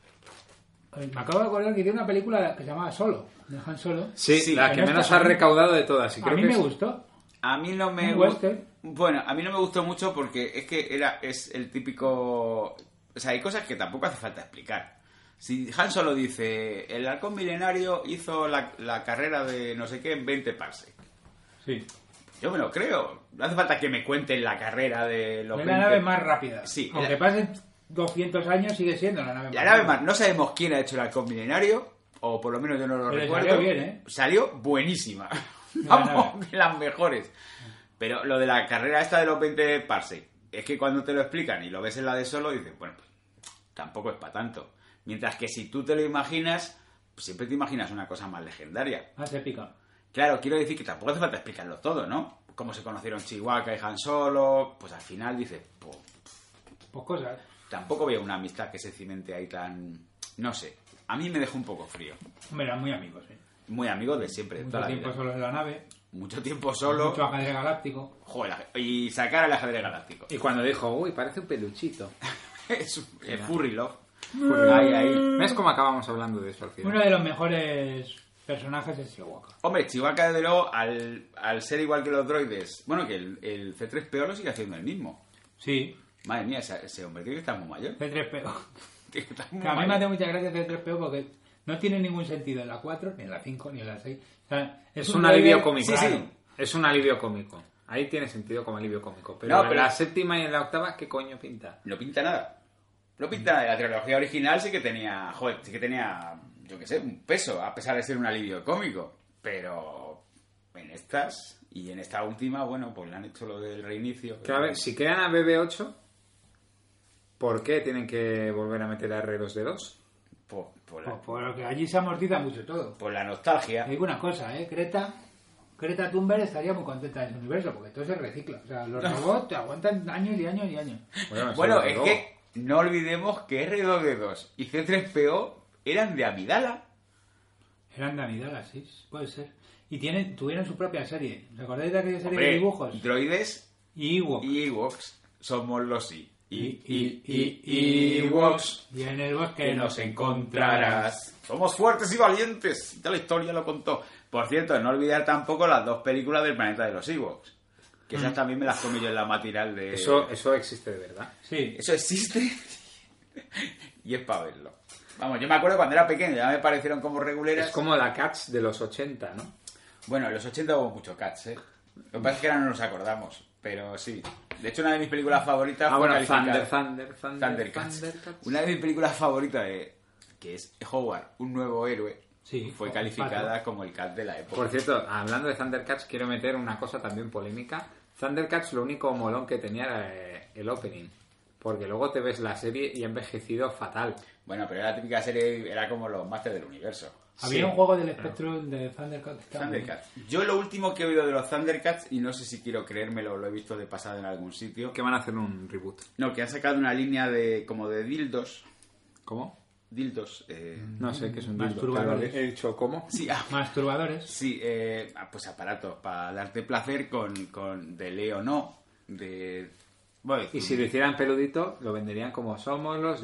Me acabo de acordar que tiene una película que se llamaba Solo. De Han Solo. Sí, la que que no menos está- ha recaudado de todas. Y A creo mí que me es- gustó. A mí no me Un gustó. western. Bueno, a mí no me gustó mucho porque es que es el típico... O sea, hay cosas que tampoco hace falta explicar. Si Han Solo dice, el halcón milenario hizo la carrera de no sé qué en 20 parsecs. Sí. Yo me lo creo. No hace falta que me cuenten la carrera de los Es 20... la nave más rápida. Sí, Aunque pasen 200 años, sigue siendo la nave más La nave rápida. más... No sabemos quién ha hecho el halcón milenario, o por lo menos yo no lo Pero recuerdo. salió bien, ¿eh? Salió buenísima. La Vamos, nave. de las mejores. Pero lo de la carrera esta de los 20 parsecs, es que cuando te lo explican y lo ves en la de Solo, dices, bueno, pues tampoco es para tanto. Mientras que si tú te lo imaginas, pues siempre te imaginas una cosa más legendaria. Más épica. Claro, quiero decir que tampoco hace falta explicarlo todo, ¿no? Cómo se conocieron Chewbacca y Han Solo, pues al final dices, pues, Pues cosas. tampoco veo una amistad que se cimente ahí tan... No sé, a mí me dejó un poco frío. Hombre, eran muy amigos, ¿eh? Muy amigos de siempre, de Mucho toda la tiempo vida. solos en la nave. Mucho tiempo solo. Mucho ajedrez galáctico. Joder, y sacar al ajedrez galáctico. Y cuando dijo, uy, parece un peluchito. Es Furry Love. Pues Ahí. ¿Ves cómo acabamos hablando de eso al final? Uno de los mejores personajes es Chewbacca. Hombre, Chewbacca, desde luego, al ser igual que los droides... Bueno, que el C-3PO lo sigue haciendo el mismo. Sí, Madre mía, ese hombre tiene que estar muy mayor. C-3PO. Tiene que estar muy Que a mí me mayor. hace mucha gracia C-3PO porque no tiene ningún sentido en la 4, ni en la 5, ni en la 6. O sea, Es un alivio droide- cómico. Sí, sí. Es un alivio cómico. Ahí tiene sentido como alivio cómico. Pero No, en pero- la séptima y en la octava, ¿qué coño pinta? No pinta nada. No pinta nada. La trilogía original sí que tenía... Joder, sí que tenía... Yo qué sé, un peso, a pesar de ser un alivio cómico. Pero... En estas... Y en esta última, bueno, pues le han hecho lo del reinicio. Que a ver, si crean a BB8, ¿por qué tienen que volver a meter a R2D2? Por lo que allí se amortiza mucho todo. Por la nostalgia. Te digo una cosa, Greta Thunberg estaría muy contenta de ese universo porque todo se recicla. O sea, los robots te aguantan años y años y años. Eso Bueno, desde es luego. que no olvidemos que R2D2 y C3PO eran de Amidala. Eran de Amidala, sí, puede ser. Y tuvieron su propia serie. ¿Recordáis de aquella serie Hombre, de dibujos? droides Y Ewok. y Ewoks somos los Ewoks. Y en el bosque que nos encontrarás. Somos fuertes y valientes. Ya la historia lo contó. Por cierto, no olvidar tampoco las dos películas del planeta de los Ewoks. Que esas también me las comí yo en la matinal de... Eso existe de verdad. Sí. Eso existe. Y es para verlo. Vamos, yo me acuerdo cuando era pequeño, ya me parecieron como reguleras. Es como la Cats de los 80, ¿no? Bueno, en los 80 hubo mucho Cats, ¿eh? Lo que pasa es que ahora no nos acordamos, pero sí. De hecho, una de mis películas favoritas fue calificada... Thundercats. Thundercats. Una de mis películas favoritas, que es Howard, un nuevo héroe, Sí, fue el calificada pato. como el Cat de la época. Por cierto, hablando de Thundercats, quiero meter una cosa también polémica. Thundercats, lo único molón que tenía era el opening. Porque luego te ves la serie y ha envejecido fatal. Bueno, pero la típica serie era como los Masters del Universo. Había Sí. un juego del Spectrum de Thundercats. que estaba muy bien. Thundercats. Yo lo último que he oído de los Thundercats, y no sé si quiero creérmelo, lo he visto de pasada en algún sitio, Que van a hacer un reboot. no, que han sacado una línea de como de dildos. ¿Cómo? Dildos. No sé qué es un dildo. Masturbadores. Pero he dicho ¿cómo? Sí, Masturbadores. sí, pues aparatos para darte placer con de Leo no. De. Bueno, Y si lo hicieran peludito, lo venderían como somos los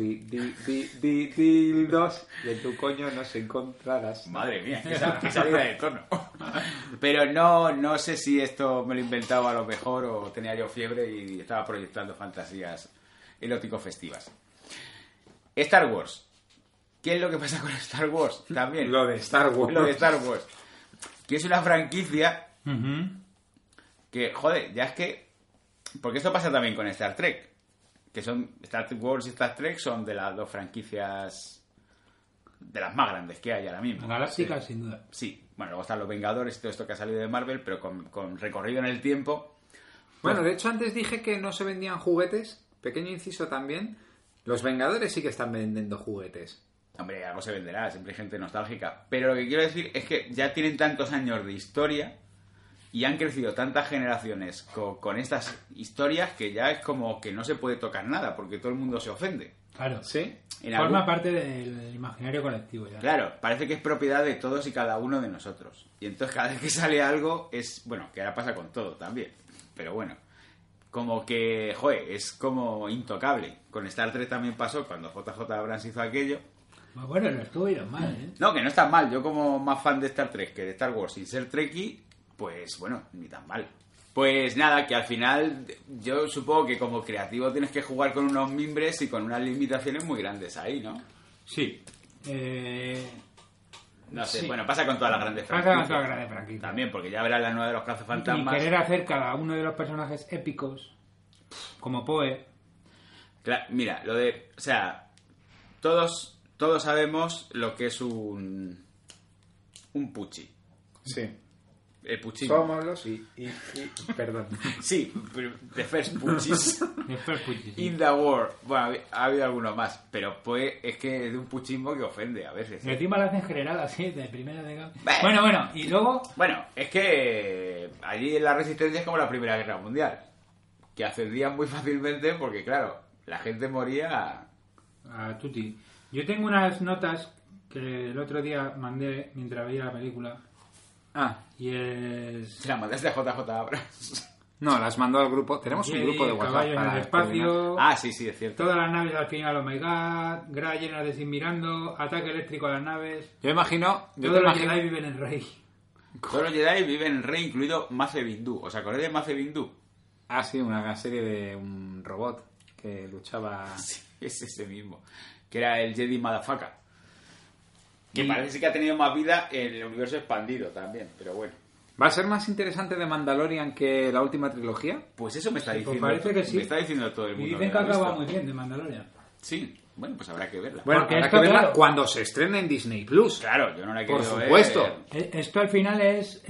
dildos de tu coño nos encontrarás. Madre mía, qué salida de tono. Pero no sé si esto me lo inventaba a lo mejor o tenía yo fiebre y estaba proyectando fantasías erótico-festivas. Star Wars. ¿Qué es lo que pasa con Star Wars? También. Lo de Star Wars. Lo de Star Wars. Que es una franquicia Ujú. que, joder, ya es que... Porque esto pasa también con Star Trek. Que son... Star Wars y Star Trek son de las dos franquicias... De las más grandes que hay ahora mismo. Galáctica, sin duda. Sí, bueno, luego están los Vengadores y todo esto que ha salido de Marvel, pero con recorrido en el tiempo. Bueno, de hecho antes dije que no se vendían juguetes. Pequeño inciso también. Los Vengadores sí que están vendiendo juguetes. Hombre, algo se venderá, siempre hay gente nostálgica. Pero lo que quiero decir es que ya tienen tantos años de historia y han crecido tantas generaciones con estas historias que ya es como que no se puede tocar nada porque todo el mundo se ofende. Claro. ¿Sí? En Forma algún- parte del imaginario colectivo ya. Claro, parece que es propiedad de todos y cada uno de nosotros. Y entonces cada vez que sale algo es... Bueno, que ahora pasa con todo también. Pero bueno, como que, joder, es como intocable. Con Star Trek también pasó cuando JJ Abrams hizo aquello. Pues bueno, no estuvieron mal, ¿eh? No, que no está mal. Yo como más fan de Star Trek que de Star Wars sin ser Trekkie, pues bueno, ni tan mal. Pues nada, que al final yo supongo que como creativo tienes que jugar con unos mimbres y con unas limitaciones muy grandes ahí, ¿no? Sí. No sé, Sí. bueno, pasa con todas las grandes Pasa franquicias. con todas las grandes franquicias. También, porque ya verás la nueva de los Y cazafantasmas. querer hacer cada uno de los personajes épicos, como Poe. Mira, lo de... O sea, todos sabemos lo que es un puchi. Sí. El puchín. Somos los perdón. Sí, the first puchis Después Pucci, sí. in the world. Bueno, ha habido algunos más, pero pues es que es de un puchismo que ofende a veces. Y encima lo hacen general así, de primera de... Bueno. Bueno, y luego... Bueno, es que allí en la Resistencia es como la Primera Guerra Mundial, que ascendían muy fácilmente porque, claro, la gente moría... A Tutti. Yo tengo unas notas que el otro día mandé mientras veía la película Ah, y es... La mandaste a JJ Abrams. No, las mandó al grupo. Tenemos un grupo de WhatsApp caballos en el para espacio, coordinar. Sí, es cierto. todas las naves al final, oh my god, Gra llenas de sin mirando, ataque eléctrico a las naves, Yo todos te los imagino... Jedi viven en Rey. Todos los Jedi viven en Rey, incluido Mace Windu. ¿Os acordáis de Mace Windu? Ah, sí, una serie de un robot que luchaba... Sí, es ese mismo. Que era el Jedi Madafaka. Que parece que ha tenido más vida en el universo expandido también, pero bueno. ¿Va a ser más interesante de Mandalorian que la última trilogía? Pues eso me está Pues diciendo. parece que sí. Me está diciendo todo el Y mundo. dicen que lo ha acaba visto. muy bien de Mandalorian. Sí, bueno, pues habrá que verla. Bueno, Porque habrá esto, que verla claro. cuando se estrene en Disney Plus. Claro, yo no la he Por querido supuesto. ver. Esto al final es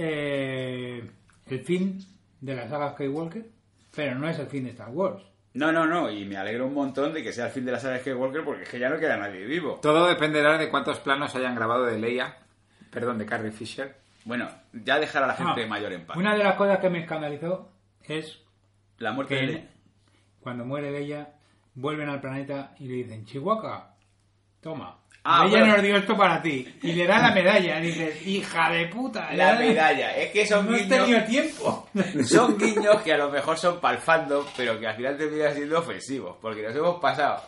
el fin de la saga Skywalker, pero no es el fin de Star Wars. No, y me alegro un montón de que sea el fin de la saga de Skywalker porque es que ya no queda nadie vivo. Todo dependerá de cuántos planos hayan grabado de Leia, perdón, de Carrie Fisher. Bueno, ya dejar a la gente Ah, mayor en paz. Una de las cosas que me escandalizó es La muerte que de... cuando muere Leia, vuelven al planeta y le dicen, Chihuahua, toma. Ah, Leia bueno. nos dio esto para ti. Y le dan la medalla. Y dices, hija de puta. La ya medalla. Es que son No he guiños... tenido tiempo. Son guiños que a lo mejor son para el fandom, pero que al final terminan siendo ofensivos. Porque nos hemos pasado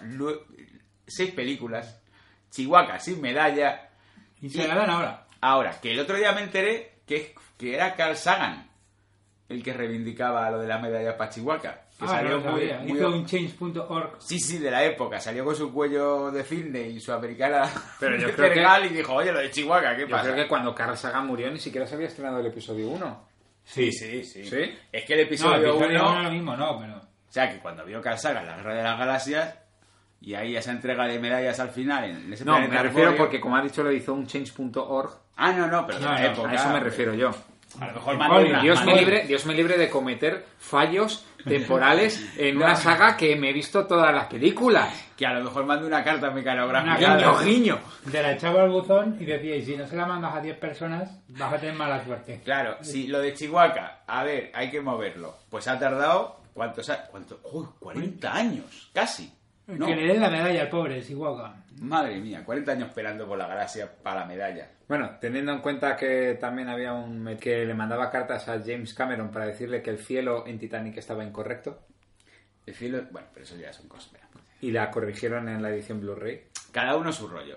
6 películas, Chihuahua sin medalla. Y se la dan ahora. Ahora, que el otro día me enteré que era Carl Sagan el que reivindicaba lo de la medalla para Chihuahua. Que No lo muy, sabía. muy- Hizo un change.org. Sí, de la época. Salió con su cuello de cisne y su americana Pero yo de creo que- Tergal y dijo, oye, lo de Chihuahua, ¿qué Yo pasa? creo que cuando Carl Sagan murió ni siquiera se había estrenado el episodio 1. Sí. ¿Sí? Es que el No, episodio 1... no es lo mismo, no, pero... O sea, que cuando vio Carl Sagan la Guerra de las Galaxias y ahí esa entrega de medallas al final en ese No, me planeta refiero arbóreo- porque, como ha dicho, lo hizo un change.org. No, pero de No, la no, época. A eso me refiero yo. A lo mejor En mandó folio. una... Dios me, mandó- Dios me libre de cometer fallos temporales en una saga que me he visto todas las películas. Que a lo mejor mandó una carta mecanográfica. Una Guiño, carta. guiño. Te la echaba al buzón y decía, y si no se la mandas a 10 personas, vas a tener mala suerte. Claro, si lo de Chihuahua, a ver, hay que moverlo. Pues ha tardado, ¿cuántos? Uy, 40 años, casi. No, Que le den la medalla al pobre Chihuahua. madre mía, 40 años esperando por la galaxia para la medalla. Bueno, teniendo en cuenta que también había un que le mandaba cartas a James Cameron para decirle que el cielo en Titanic estaba incorrecto El cielo, bueno, pero eso ya son cosas. Mira. y la corrigieron en la edición Blu-ray. Cada uno su rollo.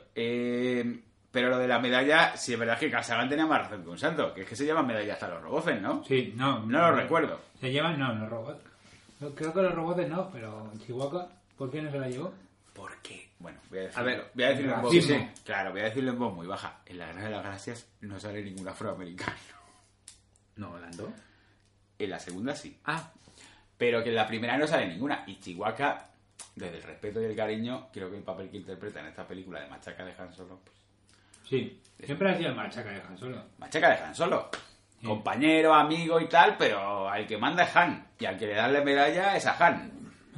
Pero lo de la medalla, sí es verdad que Carl Sagan tenía más razón que un santo, que es que se llaman medallas a los robots, ¿no? Sí, no. No lo recuerdo. Se llevan, no, los robots. Creo que los robots no, pero Chihuahua, ¿por qué no se la llevó? ¿Por qué? Bueno, voy a decirlo, A ver, voy a decirlo en voz racismo. sí. Claro, voy a decirlo en voz muy baja. En la Guerra de las Galaxias no sale ningún afroamericano. No, Lando. En la segunda sí. Ah, Pero que en la primera no sale ninguna. Y Chihuahua, desde el respeto y el cariño, creo que el papel que interpreta en esta película de Machaca de Han Solo, pues... Sí, siempre ha sido el machaca de Han Solo. Machaca de Han Solo. Compañero, amigo y tal, pero al que manda es Han. Y al que le dan la medalla es a Han.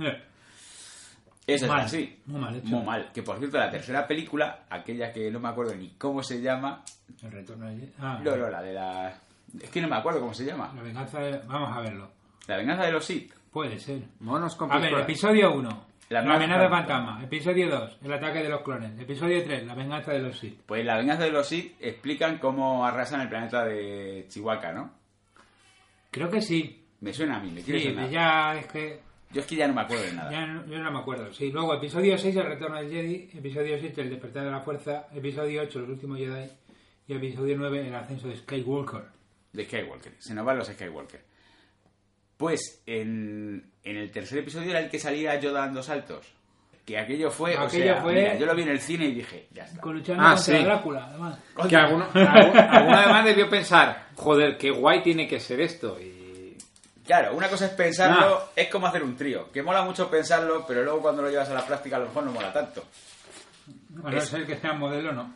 Eso es Mal, así. muy mal hecho. Muy mal. Que por cierto, la tercera película, aquella que no me acuerdo ni cómo se llama... El retorno de... Ah, No, la de la... Es que no me acuerdo cómo se llama. la venganza de... Vamos a verlo. La venganza de los Sith. Puede ser. monos con A ver, pistolas. episodio 1. La La amenaza de amenaza fantasma. Episodio 2. El ataque de los clones. Episodio 3. La venganza de los Sith. Pues la venganza de los Sith explican cómo arrasan el planeta de Chihuahua, ¿no? Creo que sí. Me suena a mí, me quiere Sí, sonar. ya es que... Yo es que ya no me acuerdo de nada. Yo no me acuerdo. Sí, luego episodio 6, el retorno del Jedi. Episodio 7, el despertar de la fuerza. Episodio 8, los últimos Jedi. Y episodio 9, el ascenso de Skywalker. De Skywalker. Se nos van los Skywalker. Pues en el tercer episodio era el que salía Yoda dando saltos. Que aquello fue... Aquello fue- mira, yo lo vi en el cine y dije, ya está. Luchando Ah, contra sí. Drácula, además. Que alguno además debió pensar, joder, qué guay tiene que ser esto. Y Claro, una cosa es pensarlo, es como hacer un trío. Que mola mucho pensarlo, pero luego cuando lo llevas a la práctica a lo mejor no mola tanto. A no ser que sea modelo, no.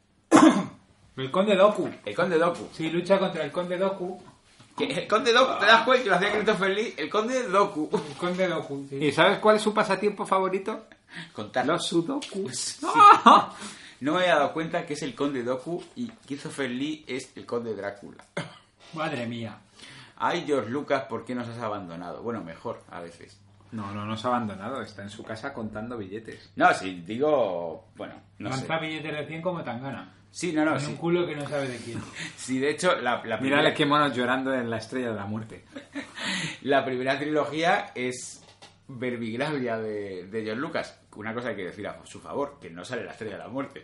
El Conde Dooku. El Conde Dooku. Sí, lucha contra el Conde Dooku. Que el Conde Dooku, ¿te das cuenta que lo hacía Christopher Lee? El Conde Dooku. El Conde Dooku, sí. ¿Y sabes cuál es su pasatiempo favorito? Contar. Los sudokus. Sí. No me había dado cuenta que es el Conde Dooku y Christopher Lee es el Conde Drácula. Madre mía. Ay, George Lucas, ¿por qué nos has abandonado? Bueno, mejor, a veces. No se ha abandonado. Está en su casa contando billetes. No, sí, digo... Bueno, no sé. Lanza billetes de 100 como Tangana. Sí, no, En sí. un culo que no sabe de quién. Sí, de hecho, la primera... Mírale qué monos llorando en la Estrella de la Muerte. La primera trilogía es Verbigravia de George Lucas. Una cosa hay que decir a su favor, que no sale la Estrella de la Muerte.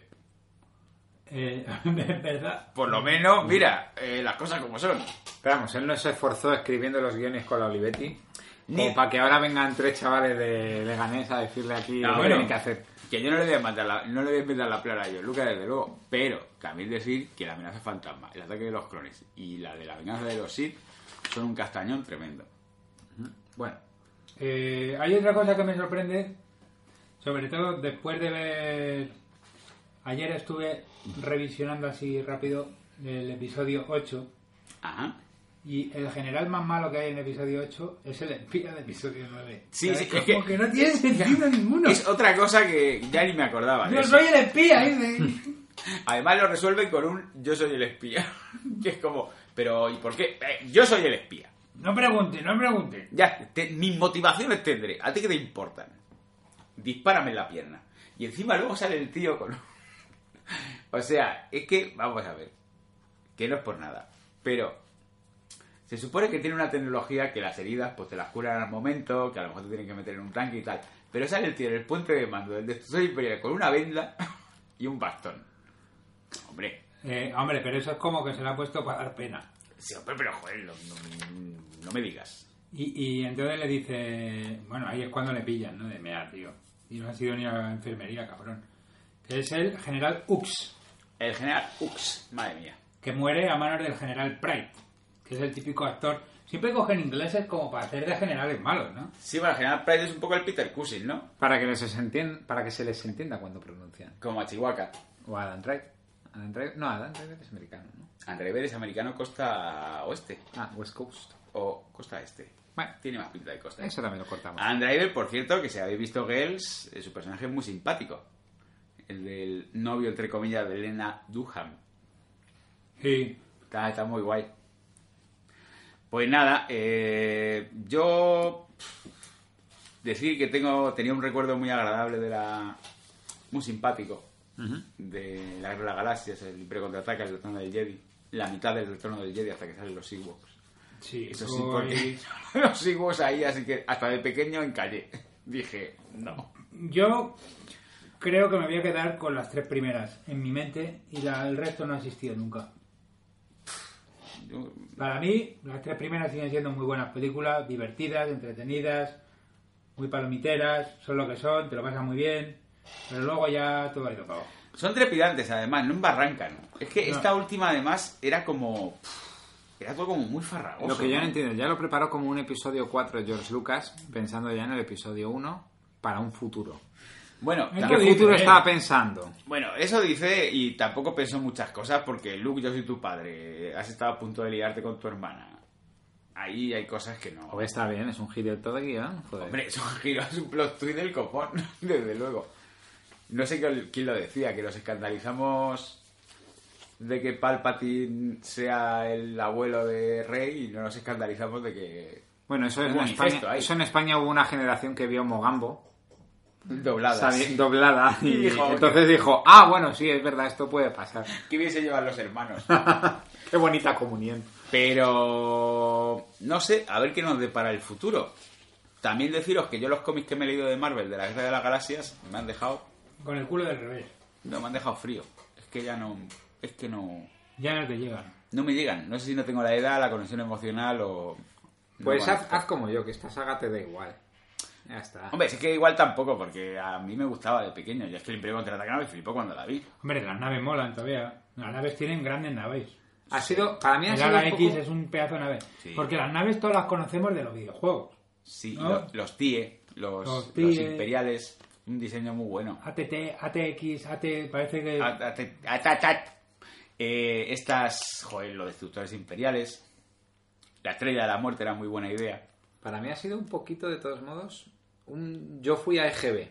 ¿Verdad? Por lo menos, mira, las cosas como son. Pero vamos, él no se esforzó escribiendo los guiones con la Olivetti. Ni- Como para que ahora vengan 3 chavales de Leganés a decirle aquí No, lo que bueno, tienen que hacer. Que yo no le voy a mandar la plana a George Lucas, desde luego. Pero también decir que la amenaza fantasma, el ataque de los clones y la de la venganza de los Sith son un castañón tremendo. Bueno, Hay otra cosa que me sorprende, sobre todo después de ver... Ayer estuve revisionando así rápido el episodio 8 Ajá. y el general más malo que hay en el episodio 8 es el espía del episodio 9. Sí, ¿Sabes? sí, Como es que- que no tiene sentido ninguno. Es otra cosa que ya ni me acordaba. de Yo eso. soy el espía, dice. Además lo resuelven con un yo soy el espía. Que es como, pero ¿y por qué? Yo soy el espía. No pregunte, no pregunte. Ya, mis motivaciones tendré. ¿A ti qué te importan? Dispárame en la pierna. Y encima luego sale el tío con... O sea, es que, vamos a ver, que no es por nada, pero se supone que tiene una tecnología que las heridas pues te las curan al momento, que a lo mejor te tienen que meter en un tanque y tal. Pero sale el tío en el puente de mando del destructor imperial con una venda y un bastón. Hombre, Hombre, pero eso es como que se le ha puesto para dar pena. sí, hombre, pero joder, no me digas. Y entonces le dice... Bueno, ahí es cuando le pillan, ¿no? De mea, tío. Y no ha sido ni a la enfermería, cabrón. Que es el general Hux, El general Hux, madre mía. que muere a manos del general Pride, que es el típico actor. Siempre cogen ingleses como para hacer de generales malos, ¿no? Sí, bueno, el general Pride es un poco el Peter Cushing, ¿no? para que se les entienda cuando pronuncian. Como a Chihuahua. O Adam Drive. Adam Drive es americano, ¿no? André Ver es americano costa oeste Ah, West Coast. o costa este. Bueno, Tiene más pinta de costa. eso también lo cortamos. André, por cierto, que si habéis visto Girls, su personaje es muy simpático. El del novio, entre comillas, de Elena Dunham. Sí. Está muy guay. Pues nada, yo decir que tenía un recuerdo muy agradable muy simpático de la Guerra de las Galaxias, el Imperio Contraataca, el Retorno del Jedi, la mitad del Retorno del Jedi hasta que salen los Ewoks. Sí, Eso sí, porque los Ewoks ahí, así que hasta de pequeño encallé. Dije, no. Yo creo que me voy a quedar con las 3 primeras en mi mente y el resto no ha existido nunca. Yo- Para mí, las 3 primeras siguen siendo muy buenas películas, divertidas, entretenidas, muy palomiteras, son lo que son, te lo pasas muy bien, pero luego ya todo ha ido para abajo. Son trepidantes, además, no embarrancan. Es que No. esta última, además, era como... Era todo como muy farragoso. Lo que yo no entiendo, ya lo preparó como un episodio 4 de George Lucas, pensando ya en el episodio 1 para un futuro. Bueno, Es ¿En que qué dice, futuro estaba pensando? bueno, eso dice y tampoco pensó muchas cosas porque Luke, yo soy tu padre. Has estado a punto de liarte con tu hermana. Ahí hay cosas que no... Joder, está bien, es un giro todo de guión. Joder. Hombre, es un giro, es un plot twist del copón, desde luego. No sé quién lo decía, que nos escandalizamos de que Palpatine sea el abuelo de Rey y no nos escandalizamos de que... Bueno, eso, Un en manifiesto España, ahí. eso en España hubo una generación que vio Mogambo Dobladas. doblada y Y dijo, entonces dijo, ah, bueno, sí, es verdad, esto puede pasar. ¿Qué bien se llevan los hermanos? Qué bonita comunión. Pero... No sé, a ver qué nos depara el futuro. También deciros que yo los cómics que me he leído de Marvel, de la Guerra de las Galaxias, me han dejado... Con el culo del revés. No, me han dejado frío. Es que ya no... Es que no... Ya no te llegan. No me llegan. No sé si no tengo la edad, la conexión emocional o... Pues no haz como yo, que esta saga te da igual. Ya está. Hombre, es que igual tampoco, porque a mí me gustaba de pequeño. Yo es que el Imperio Contraataca me flipó cuando la vi. Hombre, las naves molan todavía. Las naves tienen grandes naves. Ha sido, para mí ha El sido ala un X poco... es un pedazo de nave. Sí. Porque las naves todas las conocemos de los videojuegos. Sí, ¿No? los TIE, los Los TIE. imperiales, un diseño muy bueno. ATT, ATX, AT... Parece que... Estas, joder, los destructores imperiales. La estrella de la muerte era muy buena idea. Para mí ha sido un poquito, de todos modos, yo fui a EGB.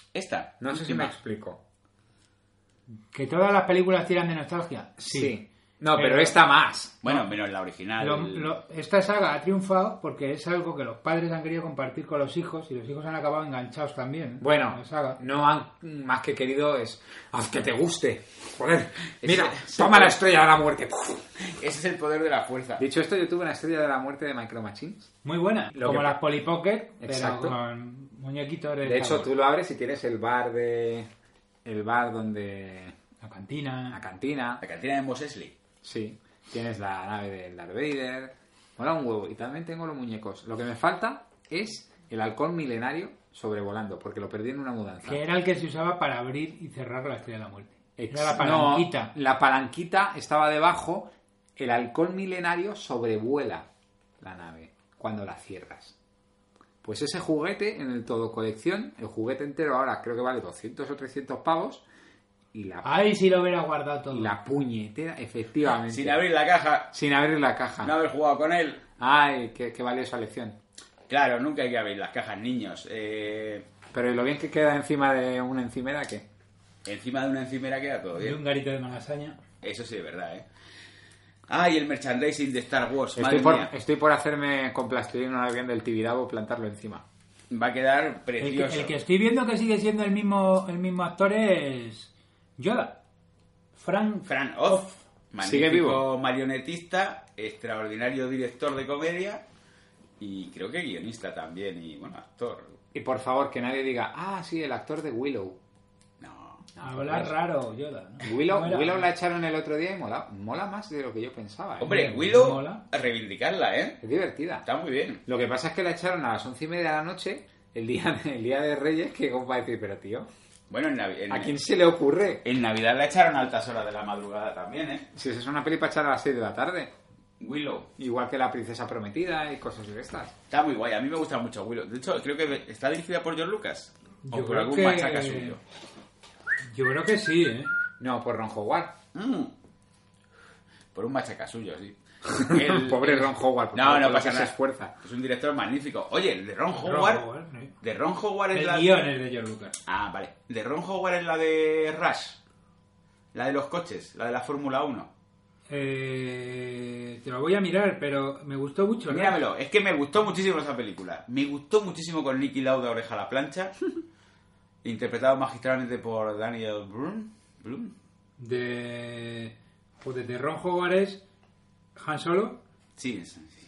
Esta, No sé si última. me explico. ¿Que todas las películas tiran de nostalgia? Sí. No, pero esta más. Bueno, menos la original. Esta saga ha triunfado porque es algo que los padres han querido compartir con los hijos y los hijos han acabado enganchados también. Bueno, La saga. no han más que querido es haz que te guste. Joder, mira, Ese- toma la estrella de la muerte. Ese es el poder de la fuerza. Dicho esto, yo tuve una estrella de la muerte de Micro Machines. Muy buena, Lo como que- las Polly Pocket, Exacto. pero con muñequitos de De hecho, Star tú Wars. lo abres y tienes el bar donde La cantina. la cantina. La cantina de Mos Eisley. Sí, tienes la nave del Darth Vader. Mola un huevo. Y también tengo los muñecos. Lo que me falta es el halcón milenario sobrevolando, porque lo perdí en una mudanza. Que era el que se usaba para abrir y cerrar la Estrella de la Muerte. Era la No, palanquita. la palanquita estaba debajo. El halcón milenario sobrevuela la nave cuando la cierras. Pues ese juguete en el todo colección, el juguete entero ahora creo que vale 200 o 300 pavos. Y la, Ay, si lo hubiera guardado todo. y la puñetera, efectivamente. Sin abrir la caja, Sin abrir la caja. no haber jugado con él. Ay, qué valiosa lección. Claro, nunca hay que abrir las cajas, niños. Pero ¿y lo bien que queda encima de una encimera qué? Encima de una encimera queda todo Y bien. un garito de malasaña. Eso sí es verdad, ¿eh? Ah, y el merchandising de Star Wars, madre mía. Estoy por hacerme con plastilina un avión del Tibidabo, plantarlo encima. Va a quedar El precioso. que estoy viendo que sigue siendo el mismo actor es Yoda. Fran Oz, Sigue vivo. magnífico marionetista, extraordinario director de comedia y creo que guionista también y, bueno, actor. Y por favor, que nadie diga, ah, sí, el actor de Willow. No. Habla raro, Yoda. ¿no? Willow, ¿Cómo era? Willow la echaron el otro día y mola más de lo que yo pensaba. ¿eh? Hombre, Mola. Willow, a reivindicarla, ¿eh? Es divertida. Está muy bien. Lo que pasa es que la echaron a las 11:30 de la noche, el día de Reyes, que como va a decir, pero tío, Bueno, ¿a quién se le ocurre? en Navidad la echaron a altas horas de la madrugada también, ¿eh? Si esa es una peli para echar a las 6 de la tarde. Willow. Igual que La Princesa Prometida y cosas de estas. Está muy guay, a mí me gusta mucho Willow. De hecho, creo que está dirigida por George Lucas. O Yo por creo algún que- machaca suyo. Yo creo que sí, ¿eh? No, por Ron Howard. Por un machaca suyo, sí. Pobre Ron Howard. por No, favor, no por lo pasa que nada. se esfuerza. Es un director magnífico. Oye, el de Ron Ron Howard... Howard, ¿no? De Ron Howard es El la... guion es de George Lucas. Ah, vale. De Ron Howard es la de Rush. La de los coches, la de la Fórmula 1. Te lo voy a mirar, pero me gustó mucho, ¿no? Míramelo, es que me gustó muchísimo esa película. Me gustó muchísimo con Niki Lauda oreja a la plancha. Interpretado magistralmente por Daniel Blum. De Ron Howard es Han Solo. Sí.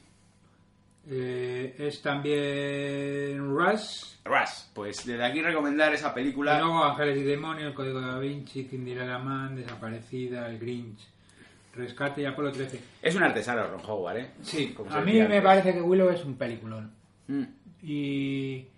Es también Rush. Rush. Pues desde aquí recomendar esa Y película. luego Ángeles y Demonios, El Código Da Vinci, Cinderella Man, Desaparecida, El Grinch, Rescate y Apolo 13. Es un artesano Ron Howard, ¿eh? Sí, Como se a mí decía me antes. parece que Willow es un peliculón. Mm. Y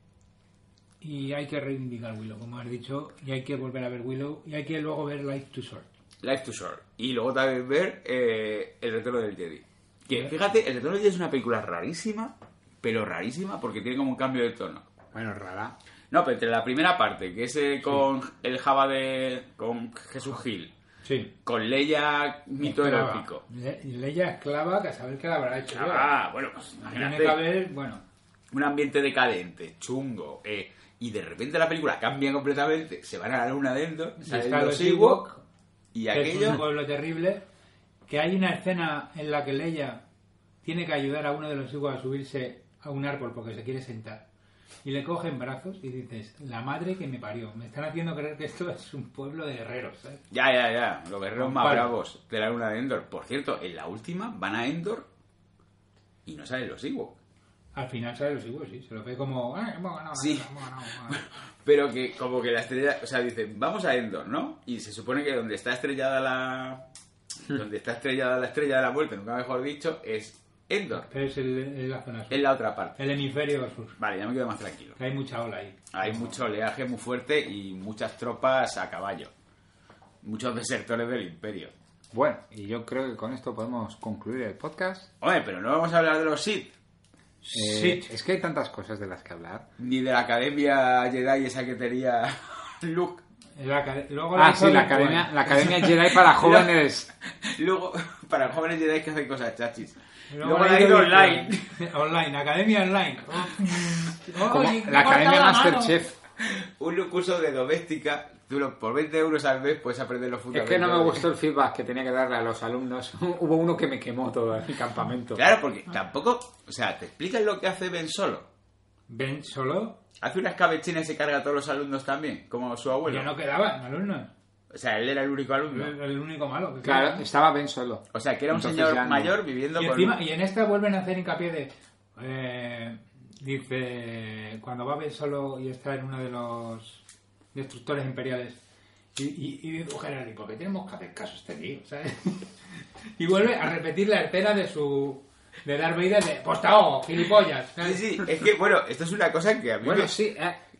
hay que reivindicar Willow, como has dicho, y hay que volver a ver Willow, y hay que luego ver Life Too Short. Life Too Short. Y luego también ver El Retorno del Jedi. Que fíjate, El Retorno del Jedi es una película rarísima, pero rarísima porque tiene como un cambio de tono. Bueno, rara. No, pero entre la primera parte, que es con el Java con Jesús Gil, Sí. con Leia mito Esclava. erótico. Leia esclava, que a saber qué la habrá hecho. Ah, bueno, pues Tiene que imagínate. haber, bueno, Un ambiente decadente, chungo, y de repente la película cambia completamente, se van a la luna de Endor, y salen está los los Ewok, Ewok, y que es un aquello... pueblo terrible, que hay una escena en la que Leia tiene que ayudar a uno de los Ewok a subirse a un árbol porque se quiere sentar. Y le cogen brazos y dices, la madre que me parió. Me están haciendo creer que esto es un pueblo de guerreros, ¿sabes? Ya, los guerreros Con más palo. bravos de la luna de Endor. Por cierto, en la última van a Endor y no salen los Ewok. Al final sale los Ewok, sí. Se lo ve como... hemos ganado, Sí. hemos ganado. Pero que como que la estrella... O sea, dicen, vamos a Endor, ¿no? Y se supone que donde está estrellada la... donde está estrellada la estrella de la muerte, nunca mejor dicho, es Endor. Pero es la zona sur. En la otra parte. El hemisferio sur. Vale, ya me quedo más tranquilo. Que hay mucha ola ahí. Hay mucho oleaje muy fuerte y muchas tropas a caballo. Muchos desertores del imperio. Bueno, y yo creo que con esto podemos concluir el podcast. Oye, pero no vamos a hablar de los Sith. Sí. Es que hay tantas cosas de las que hablar. Ni de la academia Jedi esa que tenía Luke. Luego Ah, sí, la academia Jedi para jóvenes. Luego, para jóvenes Jedi que hacen cosas chachis. Luego Luego la ha ido online. Online, academia online. Como la academia Masterchef. un curso de doméstica, por 20 euros al mes puedes aprender los Es fundamentos. que no me gustó el feedback que tenía que darle a los alumnos. Hubo uno que me quemó todo el campamento. Claro, porque tampoco... O sea, ¿te explican lo que hace Ben Solo? ¿Ben Solo? ¿Hace una escabechina y se carga a todos los alumnos también? Como su abuelo. Ya no quedaban alumnos. O sea, él era el único alumno. El único malo. Que Claro, quedaba. estaba Ben Solo. O sea, que era un Entonces señor ya no. mayor viviendo Y, con... encima, y en esta vuelven a hacer hincapié de... dice... Cuando va Ben Solo y está en uno de los destructores imperiales y dice, general, ¿y por qué tenemos que hacer caso a este tío? ¿Sabes? Y vuelve a repetir la escena de Darth Vader de pues te ahogo, gilipollas. ¿sabes? Sí, es que, bueno, esto es una cosa que a mí Bueno, me... sí.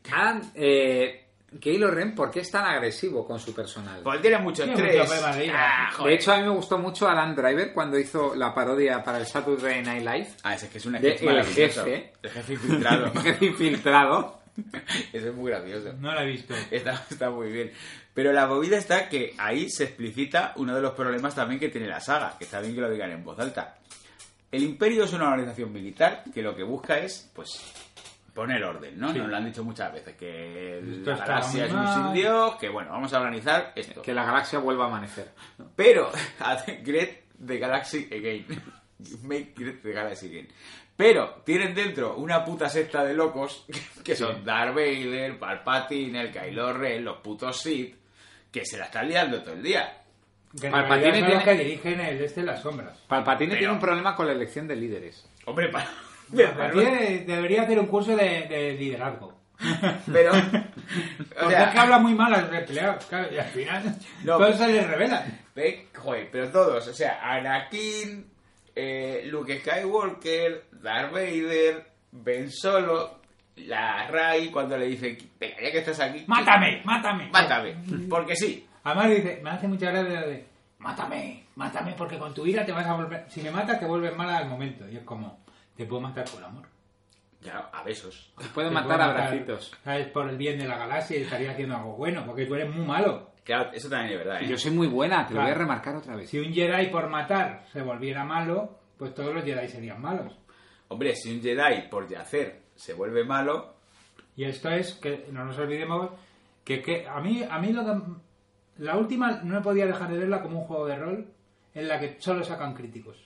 Kylo Ren, ¿por qué es tan agresivo con su personal? Pues tiene mucho Tiene estrés. mucho problema de ira. De hecho, a mí me gustó mucho Alan Driver cuando hizo la parodia para el Saturday Night Live. Es que es un De sketch El maravilloso. Jefe. El jefe infiltrado. El jefe infiltrado. Eso es muy gracioso. No la he visto. Está muy bien. Pero la movida está que ahí se explicita uno de los problemas también que tiene la saga, que está bien que lo digan en voz alta. El Imperio es una organización militar que lo que busca es, pues, poner orden, ¿no? Sí. Nos lo han dicho muchas veces, que Esto la está galaxia muy es un mal. sin Dios, que bueno, vamos a organizar esto. Que la galaxia vuelva a amanecer. Pero, Great the Galaxy Again. Make Great the Galaxy Again. Pero tienen dentro una puta secta de locos que son Darth Vader, Palpatine, el Kylo Ren, los putos Sith, que se la están liando todo el día. Que en Palpatine realidad son los tiene- que dirigen el en las sombras. Palpatine Pero- tiene un problema con la elección de líderes. Hombre, Palpatine debería hacer un curso de liderazgo. pero o Porque sea, es que habla muy mal a los empleados, claro, y al final No, todos se les revelan. joder, pero todos, o sea, Anakin, Luke Skywalker, Darth Vader, Ben Solo, la Rey cuando le dice, venga, ya que estás aquí, ¡Mátame! mátame, porque sí. Además dice, me hace mucha gracia lo de mátame, porque con tu ira te vas a volver... Si me matas te vuelves mala al momento. Y es como, te puedo matar por amor. Ya, a besos. Se puede Te matar puedo a bracitos. ¿Sabes? Por el bien de la galaxia y estaría haciendo algo bueno, porque tú eres muy malo. Claro, eso también es verdad, Y ¿eh? yo soy muy buena, te lo voy a Claro. remarcar otra vez. Si un Jedi por matar se volviera malo, pues todos los Jedi serían malos. Hombre, si un Jedi por yacer se vuelve malo, Y esto es, que no nos olvidemos, que a mí lo que... La última no podía dejar de verla como un juego de rol en la que solo sacan críticos.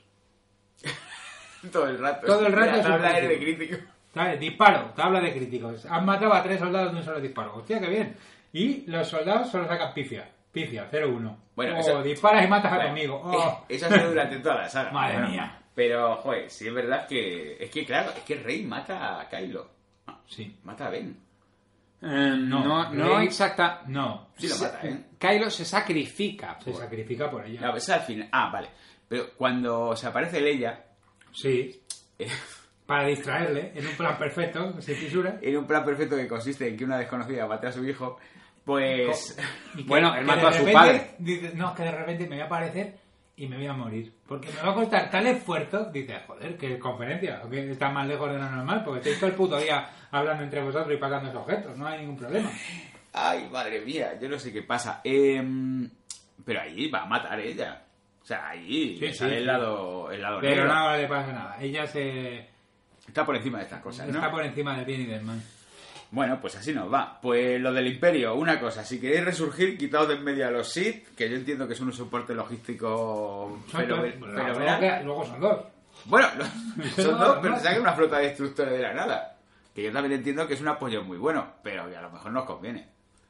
todo el rato. Todo el rato La es un tabla de crítico. crítico. ¿Sabes? Disparo, tabla de críticos. Han matado a 3 soldados de un solo disparo. Hostia, qué bien. Y los soldados solo sacan pifia. Pifia, 0-1. Bueno, Oh, eso- disparas y matas al enemigo. Oh, Eso ha sido durante toda la saga. madre Bueno, mía. Pero, joder, sí es verdad que... Es que, claro, es que Rey mata a Kylo. Sí. Mata a Ben. No Rey- exacta. No. Sí lo mata, ¿eh? Kylo se sacrifica. Se por- sacrifica por ella. No, eso al final... Ah, vale. Pero cuando se aparece Leia... Sí. eh, Para distraerle, en un plan perfecto, sin fisura. en un plan perfecto que consiste en que una desconocida mate a su hijo, pues... Y que- Bueno, él que mató de a su repente padre. Dice, no, que de repente me voy a aparecer y me voy a morir. Porque me va a costar tal esfuerzo. Dice, joder, que conferencia. Que está más lejos de lo normal. Porque estáis todo el puto día hablando entre vosotros y pasando esos objetos. No hay ningún problema. Ay, madre mía, yo no sé qué pasa. Pero ahí va a matar ella. O sea, ahí Sí, le sí, sale sí. el lado Pero negro. no le pasa nada. Ella Está por encima de estas cosas, ¿no? está por encima del bien y del mal. Bueno, pues así nos va. Pues lo del Imperio, una cosa, si queréis resurgir, quitaos de en medio a los Sith, que yo entiendo que es un soporte logístico fenomenal. Luego son dos. Bueno, son dos, pero no. te saquen una flota de destructores de la nada. Que yo también entiendo que es un apoyo muy bueno, pero que a lo mejor nos conviene.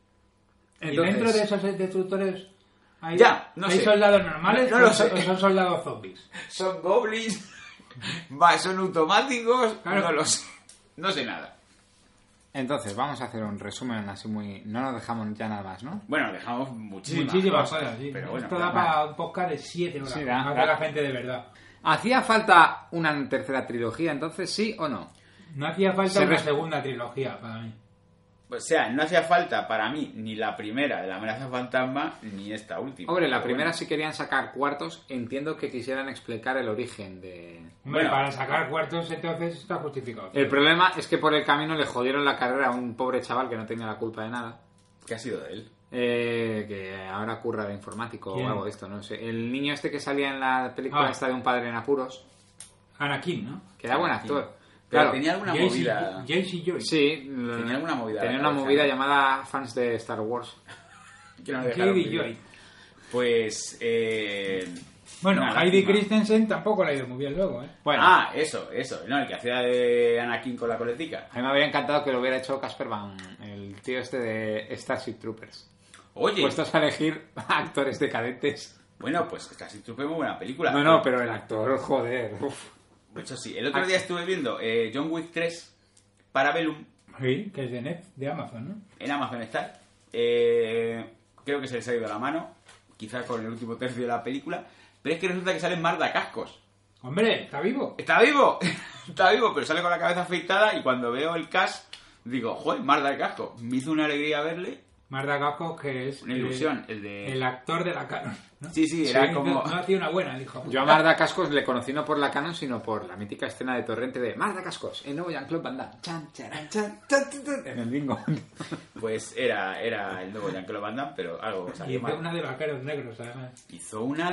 Y dentro de esos destructores hay, Ya, no hay sé. soldados normales No lo o son- sé. o son soldados zombies. Son goblins, son automáticos, Claro. no lo sé. No sé nada. Entonces, vamos a hacer un resumen así muy... No nos dejamos ya nada más, ¿no? Bueno, dejamos muchísimas Cosas, sí. pero bueno, Esto da para un podcast de 7 horas. Sí, Más de la gente de verdad. ¿Hacía falta una tercera trilogía, entonces sí o no? No hacía falta Se una res- segunda trilogía para mí. O sea, no hacía falta para mí ni la primera de la amenaza fantasma ni esta última. Hombre, la Pero primera bueno. si querían sacar cuartos, entiendo que quisieran explicar el origen de... Hombre, Bueno. para sacar cuartos entonces está justificado. El problema es que por el camino le jodieron la carrera a un pobre chaval que no tenía la culpa de nada. ¿Qué ha sido de él? Que ahora curra de informático ¿Quién? o algo de esto, no sé. El niño este que salía en la película Ah. esta de Un padre en apuros, Anakin, ¿no? que era buen actor. Pero Claro, tenía alguna movida. Jaycee Joy. Sí, Tenía alguna movida. tenía en una la cabeza, movida ¿no? llamada fans de Star Wars. Que no me dejaron Heidi vivir. Joy. Pues. Bueno, una Heidi lástima. Christensen tampoco le ha ido muy bien luego, ¿eh? Bueno, Eso. No, el que hacía de Anakin con la coletica. a mí me habría encantado que lo hubiera hecho Casper Van, el tío este de Starship Troopers. Oye, Puestos a elegir actores decadentes. bueno, pues casi tuve muy buena película. No, pero el actor, joder. Uf. De hecho, sí. El otro día estuve viendo John Wick 3 Parabellum Sí, que es de Amazon, ¿no? en Amazon Star. Creo que se les ha ido la mano, quizá con el último tercio de la película. Pero es que resulta que sale Marda Cascos. Hombre, ¿está vivo? ¡Está vivo! Está vivo, pero sale con la cabeza afeitada y cuando veo el cast digo, joder, Marda Cascos. Me hizo una alegría verle. Marda Cascos, que es Una ilusión, el actor de la Canon, ¿no? Sí, era como... No hacía una buena, dijo. Yo a Marda Cascos le conocí no por la canon, sino por la mítica escena de Torrente de Marda Cascos, el nuevo Jean-Claude Van Damme. Chan, charan, chan, chan, chan, chan, en el bingo. Pues era el nuevo Jean-Claude Van Damme, pero algo Y salió hizo mal. una de vaqueros negros, además. Hizo una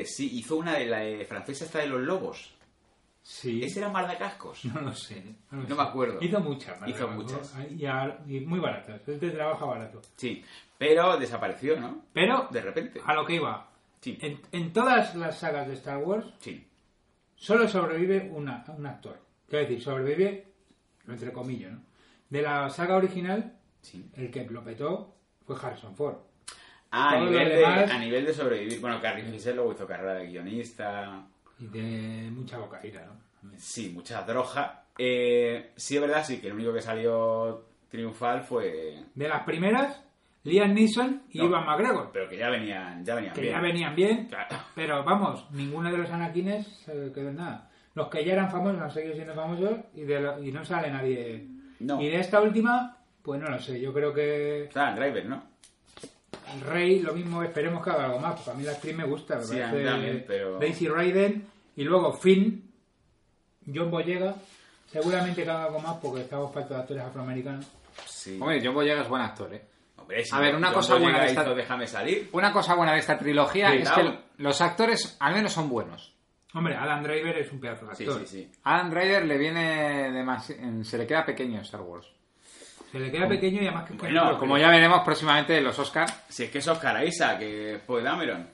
de la francesa esta de los lobos. Sí. ¿Ese era Marda Cascos? No lo sé. No me acuerdo. Hizo muchas, Marda Hizo Cascos. muchas. Y muy baratas. Es de trabajo barato. Sí, pero desapareció, ¿no? Pero, De repente. a lo que iba. Sí, En todas las sagas de Star Wars, sí. solo sobrevive un actor. Quiero decir, sobrevive, entre comillas, ¿no? De la saga original, Sí. el que lo petó fue Harrison Ford. Ah, Todo lo demás- a nivel de sobrevivir. Bueno, Carrie Fisher luego hizo carrera de guionista. Y de mucha bocaíra, ¿no? Sí, mucha droga. Sí, es verdad, sí, que el único que salió triunfal fue... De las primeras, Liam Neeson y No. Ivan McGregor. Pero que ya venían Que bien. ya venían bien, Claro. pero vamos, ninguno de los Anakines se quedó en nada. Los que ya eran famosos han seguido siendo famosos y no sale nadie. No. Y de esta última, pues no lo sé, yo creo que Claro, Driver, ¿no? el Rey, lo mismo, esperemos que haga algo más, porque a mí la actriz me gusta, me Sí, a mí parece también, pero- Daisy Raiden, y luego Finn, John Boyega, seguramente que haga algo más porque estamos faltos de actores afroamericanos. Sí. Hombre, John Boyega es buen actor, ¿eh? Hombre, si A ver, una John cosa buena Boyega de esta- hizo Déjame salir. Una cosa buena de esta trilogía Sí, es claro. que los actores al menos son buenos. Hombre, Alan Driver es un pedazo de Sí, actor. sí. Adam Driver le viene se le queda pequeño en Star Wars. Se le queda pequeño y además que... Bueno, Pero como ya veremos próximamente en los Oscars, Si es que es Oscar Isaac, que fue Dameron.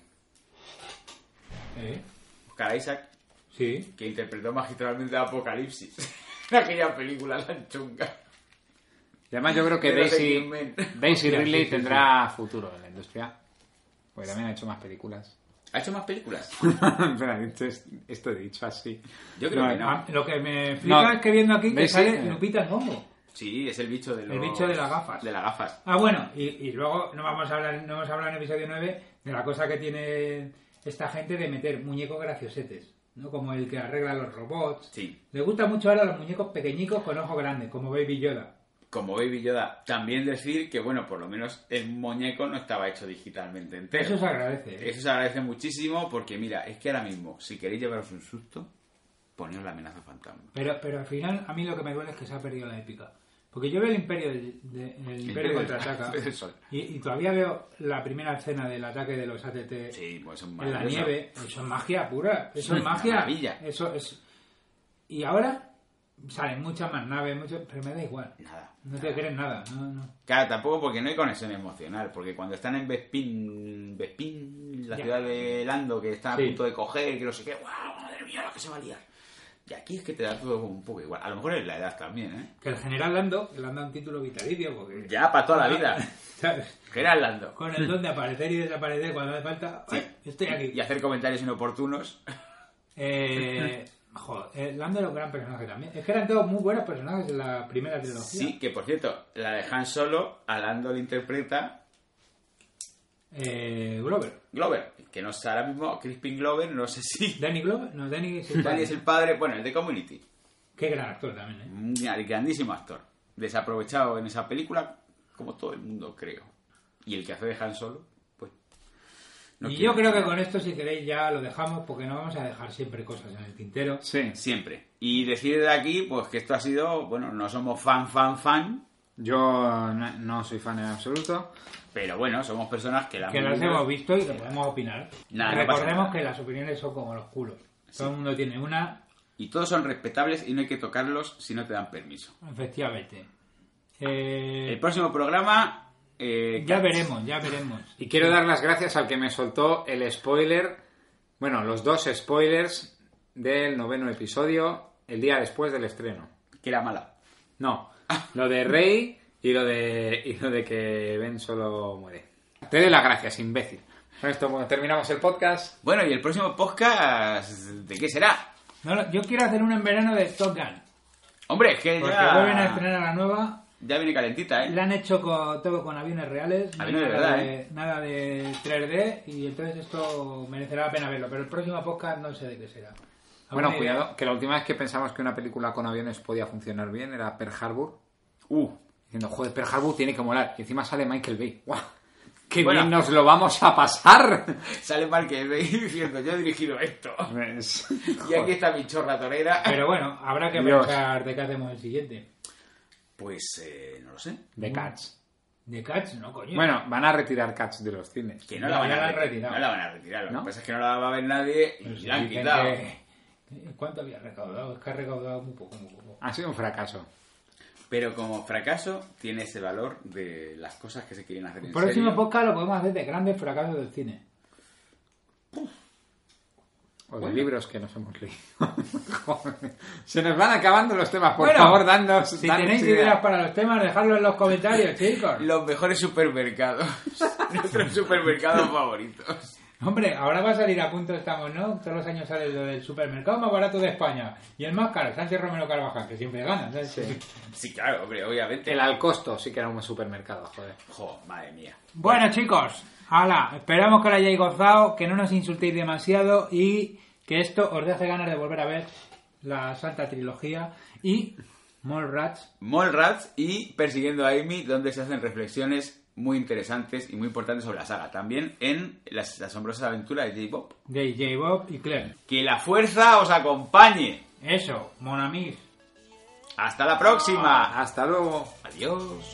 Oscar Isaac, Sí. que interpretó magistralmente Apocalipsis. En aquella película tan chunga. y además yo creo que Pero Daisy X-Men. Hostia, Ridley sí, tendrá futuro en la industria. Porque también ha hecho más películas. ¿Ha hecho más películas? Pero esto he dicho así. Yo creo No, que no. Ah, lo que me flipa No. es que viendo aquí que ¿Ves? sale Sí. Lupita Nyong'o. Sí, es el bicho de los... El bicho de las gafas. De las gafas. Ah, bueno, y luego no hemos hablado en el episodio 9 de la cosa que tiene esta gente de meter muñecos graciosetes, ¿no? Como el que arregla los robots. Sí. Le gusta mucho ahora los muñecos pequeñicos con ojos grandes, como Baby Yoda. Como Baby Yoda. También decir que, bueno, por lo menos el muñeco no estaba hecho digitalmente entero. Eso se agradece, ¿eh? Eso se agradece muchísimo porque, mira, es que ahora mismo, si queréis llevaros un susto, poneos la amenaza fantasma. Pero al final, a mí lo que me duele es que se ha perdido la épica. Porque yo veo el Imperio, el Imperio contraataca del Sol. y todavía veo la primera escena del ataque de los AT-T Sí, pues es en la maravilloso. nieve. Eso es magia pura. Eso es Una magia. maravilla. Eso es... Y ahora salen muchas más naves, pero me da igual. Nada. No te crees nada. No. Claro, tampoco porque no hay conexión emocional, porque cuando están en Bespin, la Ya. ciudad de Lando, que está a Sí. punto de coger, que no sé qué, ¡guau, madre mía, lo que se va a liar! Y aquí es que te da todo un poco igual. A lo mejor es la edad también, ¿eh? Que el general Lando, que le han dado un título vitalicio, porque... Ya, para toda la vida. ¿Sabes? Gerard Lando. Con el don de aparecer y desaparecer cuando hace falta. Sí. ¡Ay, estoy aquí! Y hacer comentarios inoportunos. Joder, Lando era un gran personaje también. Es que eran todos muy buenos personajes en la primera trilogía. Sí, que por cierto, la de Han Solo, a Lando le interpreta Glover. Glover, que no sé ahora mismo, Crispin Glover, no sé si... Danny Glover. No, Danny es el Danny es el padre, bueno, el de Community. Qué gran actor también, ¿eh? Un grandísimo actor. Desaprovechado en esa película, como todo el mundo, creo. Y el que hace de Han Solo, pues... no Y quiero- yo creo que con esto, si queréis, ya lo dejamos porque no vamos a dejar siempre cosas en el tintero. Sí. Siempre. Y decir de aquí, pues que esto ha sido... Bueno, no somos fan, Yo no soy fan en absoluto. pero bueno, somos personas que la Que las hemos visto y que podemos opinar. Nada, no pasa Recordemos nada. que las opiniones son como los culos. Todo el mundo tiene una Y todos son respetables y no hay que tocarlos si no te dan permiso. Efectivamente. El próximo programa... ya veremos. Y quiero dar las gracias al que me soltó el spoiler, bueno, los 2 spoilers del 9º episodio el día después del estreno. Que era mala. No, lo de Rey y lo de que Ben solo muere. Te doy las gracias, imbécil. Con esto terminamos el podcast. Bueno, ¿y el próximo podcast de qué será? No, yo quiero hacer uno en verano de Top Gun. Hombre, es que Porque ya... vuelven a estrenar la nueva. Ya viene calentita, ¿eh? La han hecho todo con aviones reales. Aviones de verdad, Nada de 3D. Y entonces esto merecerá la pena verlo. Pero el próximo podcast no sé de qué será. Bueno, cuidado, que la última vez que pensamos que una película con aviones podía funcionar bien era Pearl Harbor. Diciendo, joder, Pearl Harbor tiene que molar. Y encima sale Michael Bay. ¡Guau! ¡Qué bien nos lo vamos a pasar! Sale Michael Bay diciendo, yo he dirigido esto. Y aquí está mi chorra torera. Pero bueno, habrá que pensar de qué hacemos el siguiente. Pues, no lo sé. De Cats. ¿De Cats? No, coño. Bueno, van a retirar Cats de los cines. Que no la van a retirar. No la van a retirar. Lo que pasa es que no la va a ver nadie y la han quitado. ¿Cuánto había recaudado? Es que ha recaudado muy poco. Ha sido un fracaso. Pero como fracaso tiene ese valor de las cosas que se quieren hacer en serio. El próximo serio. podcast lo podemos hacer de grandes fracasos del cine. O de libros que nos hemos leído. Se nos van acabando los temas. Por favor, dadnos. Si tenéis ideas para los temas, dejadlo en los comentarios, chicos. Los mejores supermercados. Nuestros supermercados favoritos. Hombre, ahora va a salir a punto estamos, ¿no? Todos los años sale lo del supermercado más barato de España. Y el más caro, Sánchez Romero Carvajal, que siempre gana, ¿sabes? Sí, claro, hombre, obviamente. El Alcosto sí que era un supermercado, joder. Madre mía. Bueno, chicos, hala, esperamos que lo hayáis gozado, que no nos insultéis demasiado y que esto os deje ganas de volver a ver la Santa Trilogía y Mallrats y Persiguiendo a Amy, donde se hacen reflexiones muy interesantes y muy importantes sobre la saga. También en Las asombrosas aventuras de J-Bob. De J-Bob y Claire. Que la fuerza os acompañe. Eso, mon ami. Hasta la próxima. Hasta luego. Adiós.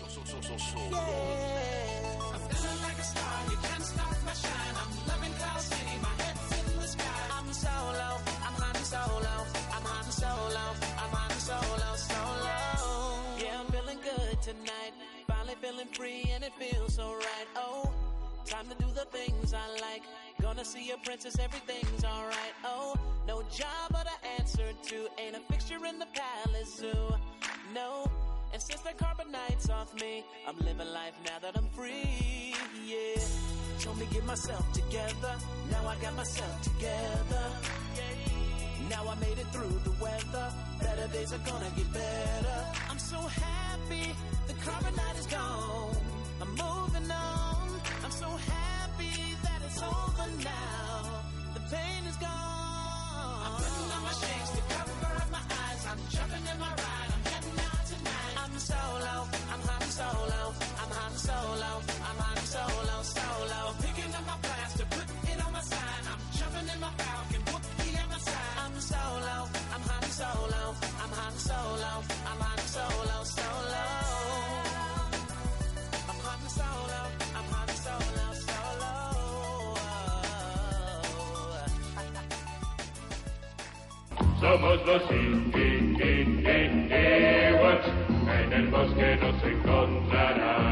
Feeling free and it feels so right. Oh, time to do the things I like. Gonna see a princess, everything's alright. Oh, no job but an answer to. Ain't a fixture in the palace zoo. No, and since the carbonite's off me, I'm living life now that I'm free. Yeah, told me get myself together. Now I got myself together. Now I made it through the weather. Better days are gonna get better. I'm so happy the carbonite is gone. I'm moving on. I'm so happy that it's over now. The pain is gone. I'm putting on my shades to cover up my eyes. I'm jumping in my ride. I'm heading out tonight. I'm solo. I'm Han Solo. I'm Han Solo. I'm Han Solo. Solo. I'm picking up my plaster, putting it on my side. I'm jumping in my Falcon. Whoopie at my side. I'm solo. I'm Han Solo. I'm Han Solo. I'm Han Solo. Solo. I'm Han Solo. I'm Han Solo. Solo. Somos los Ewoks, en el bosque nos encontrarás.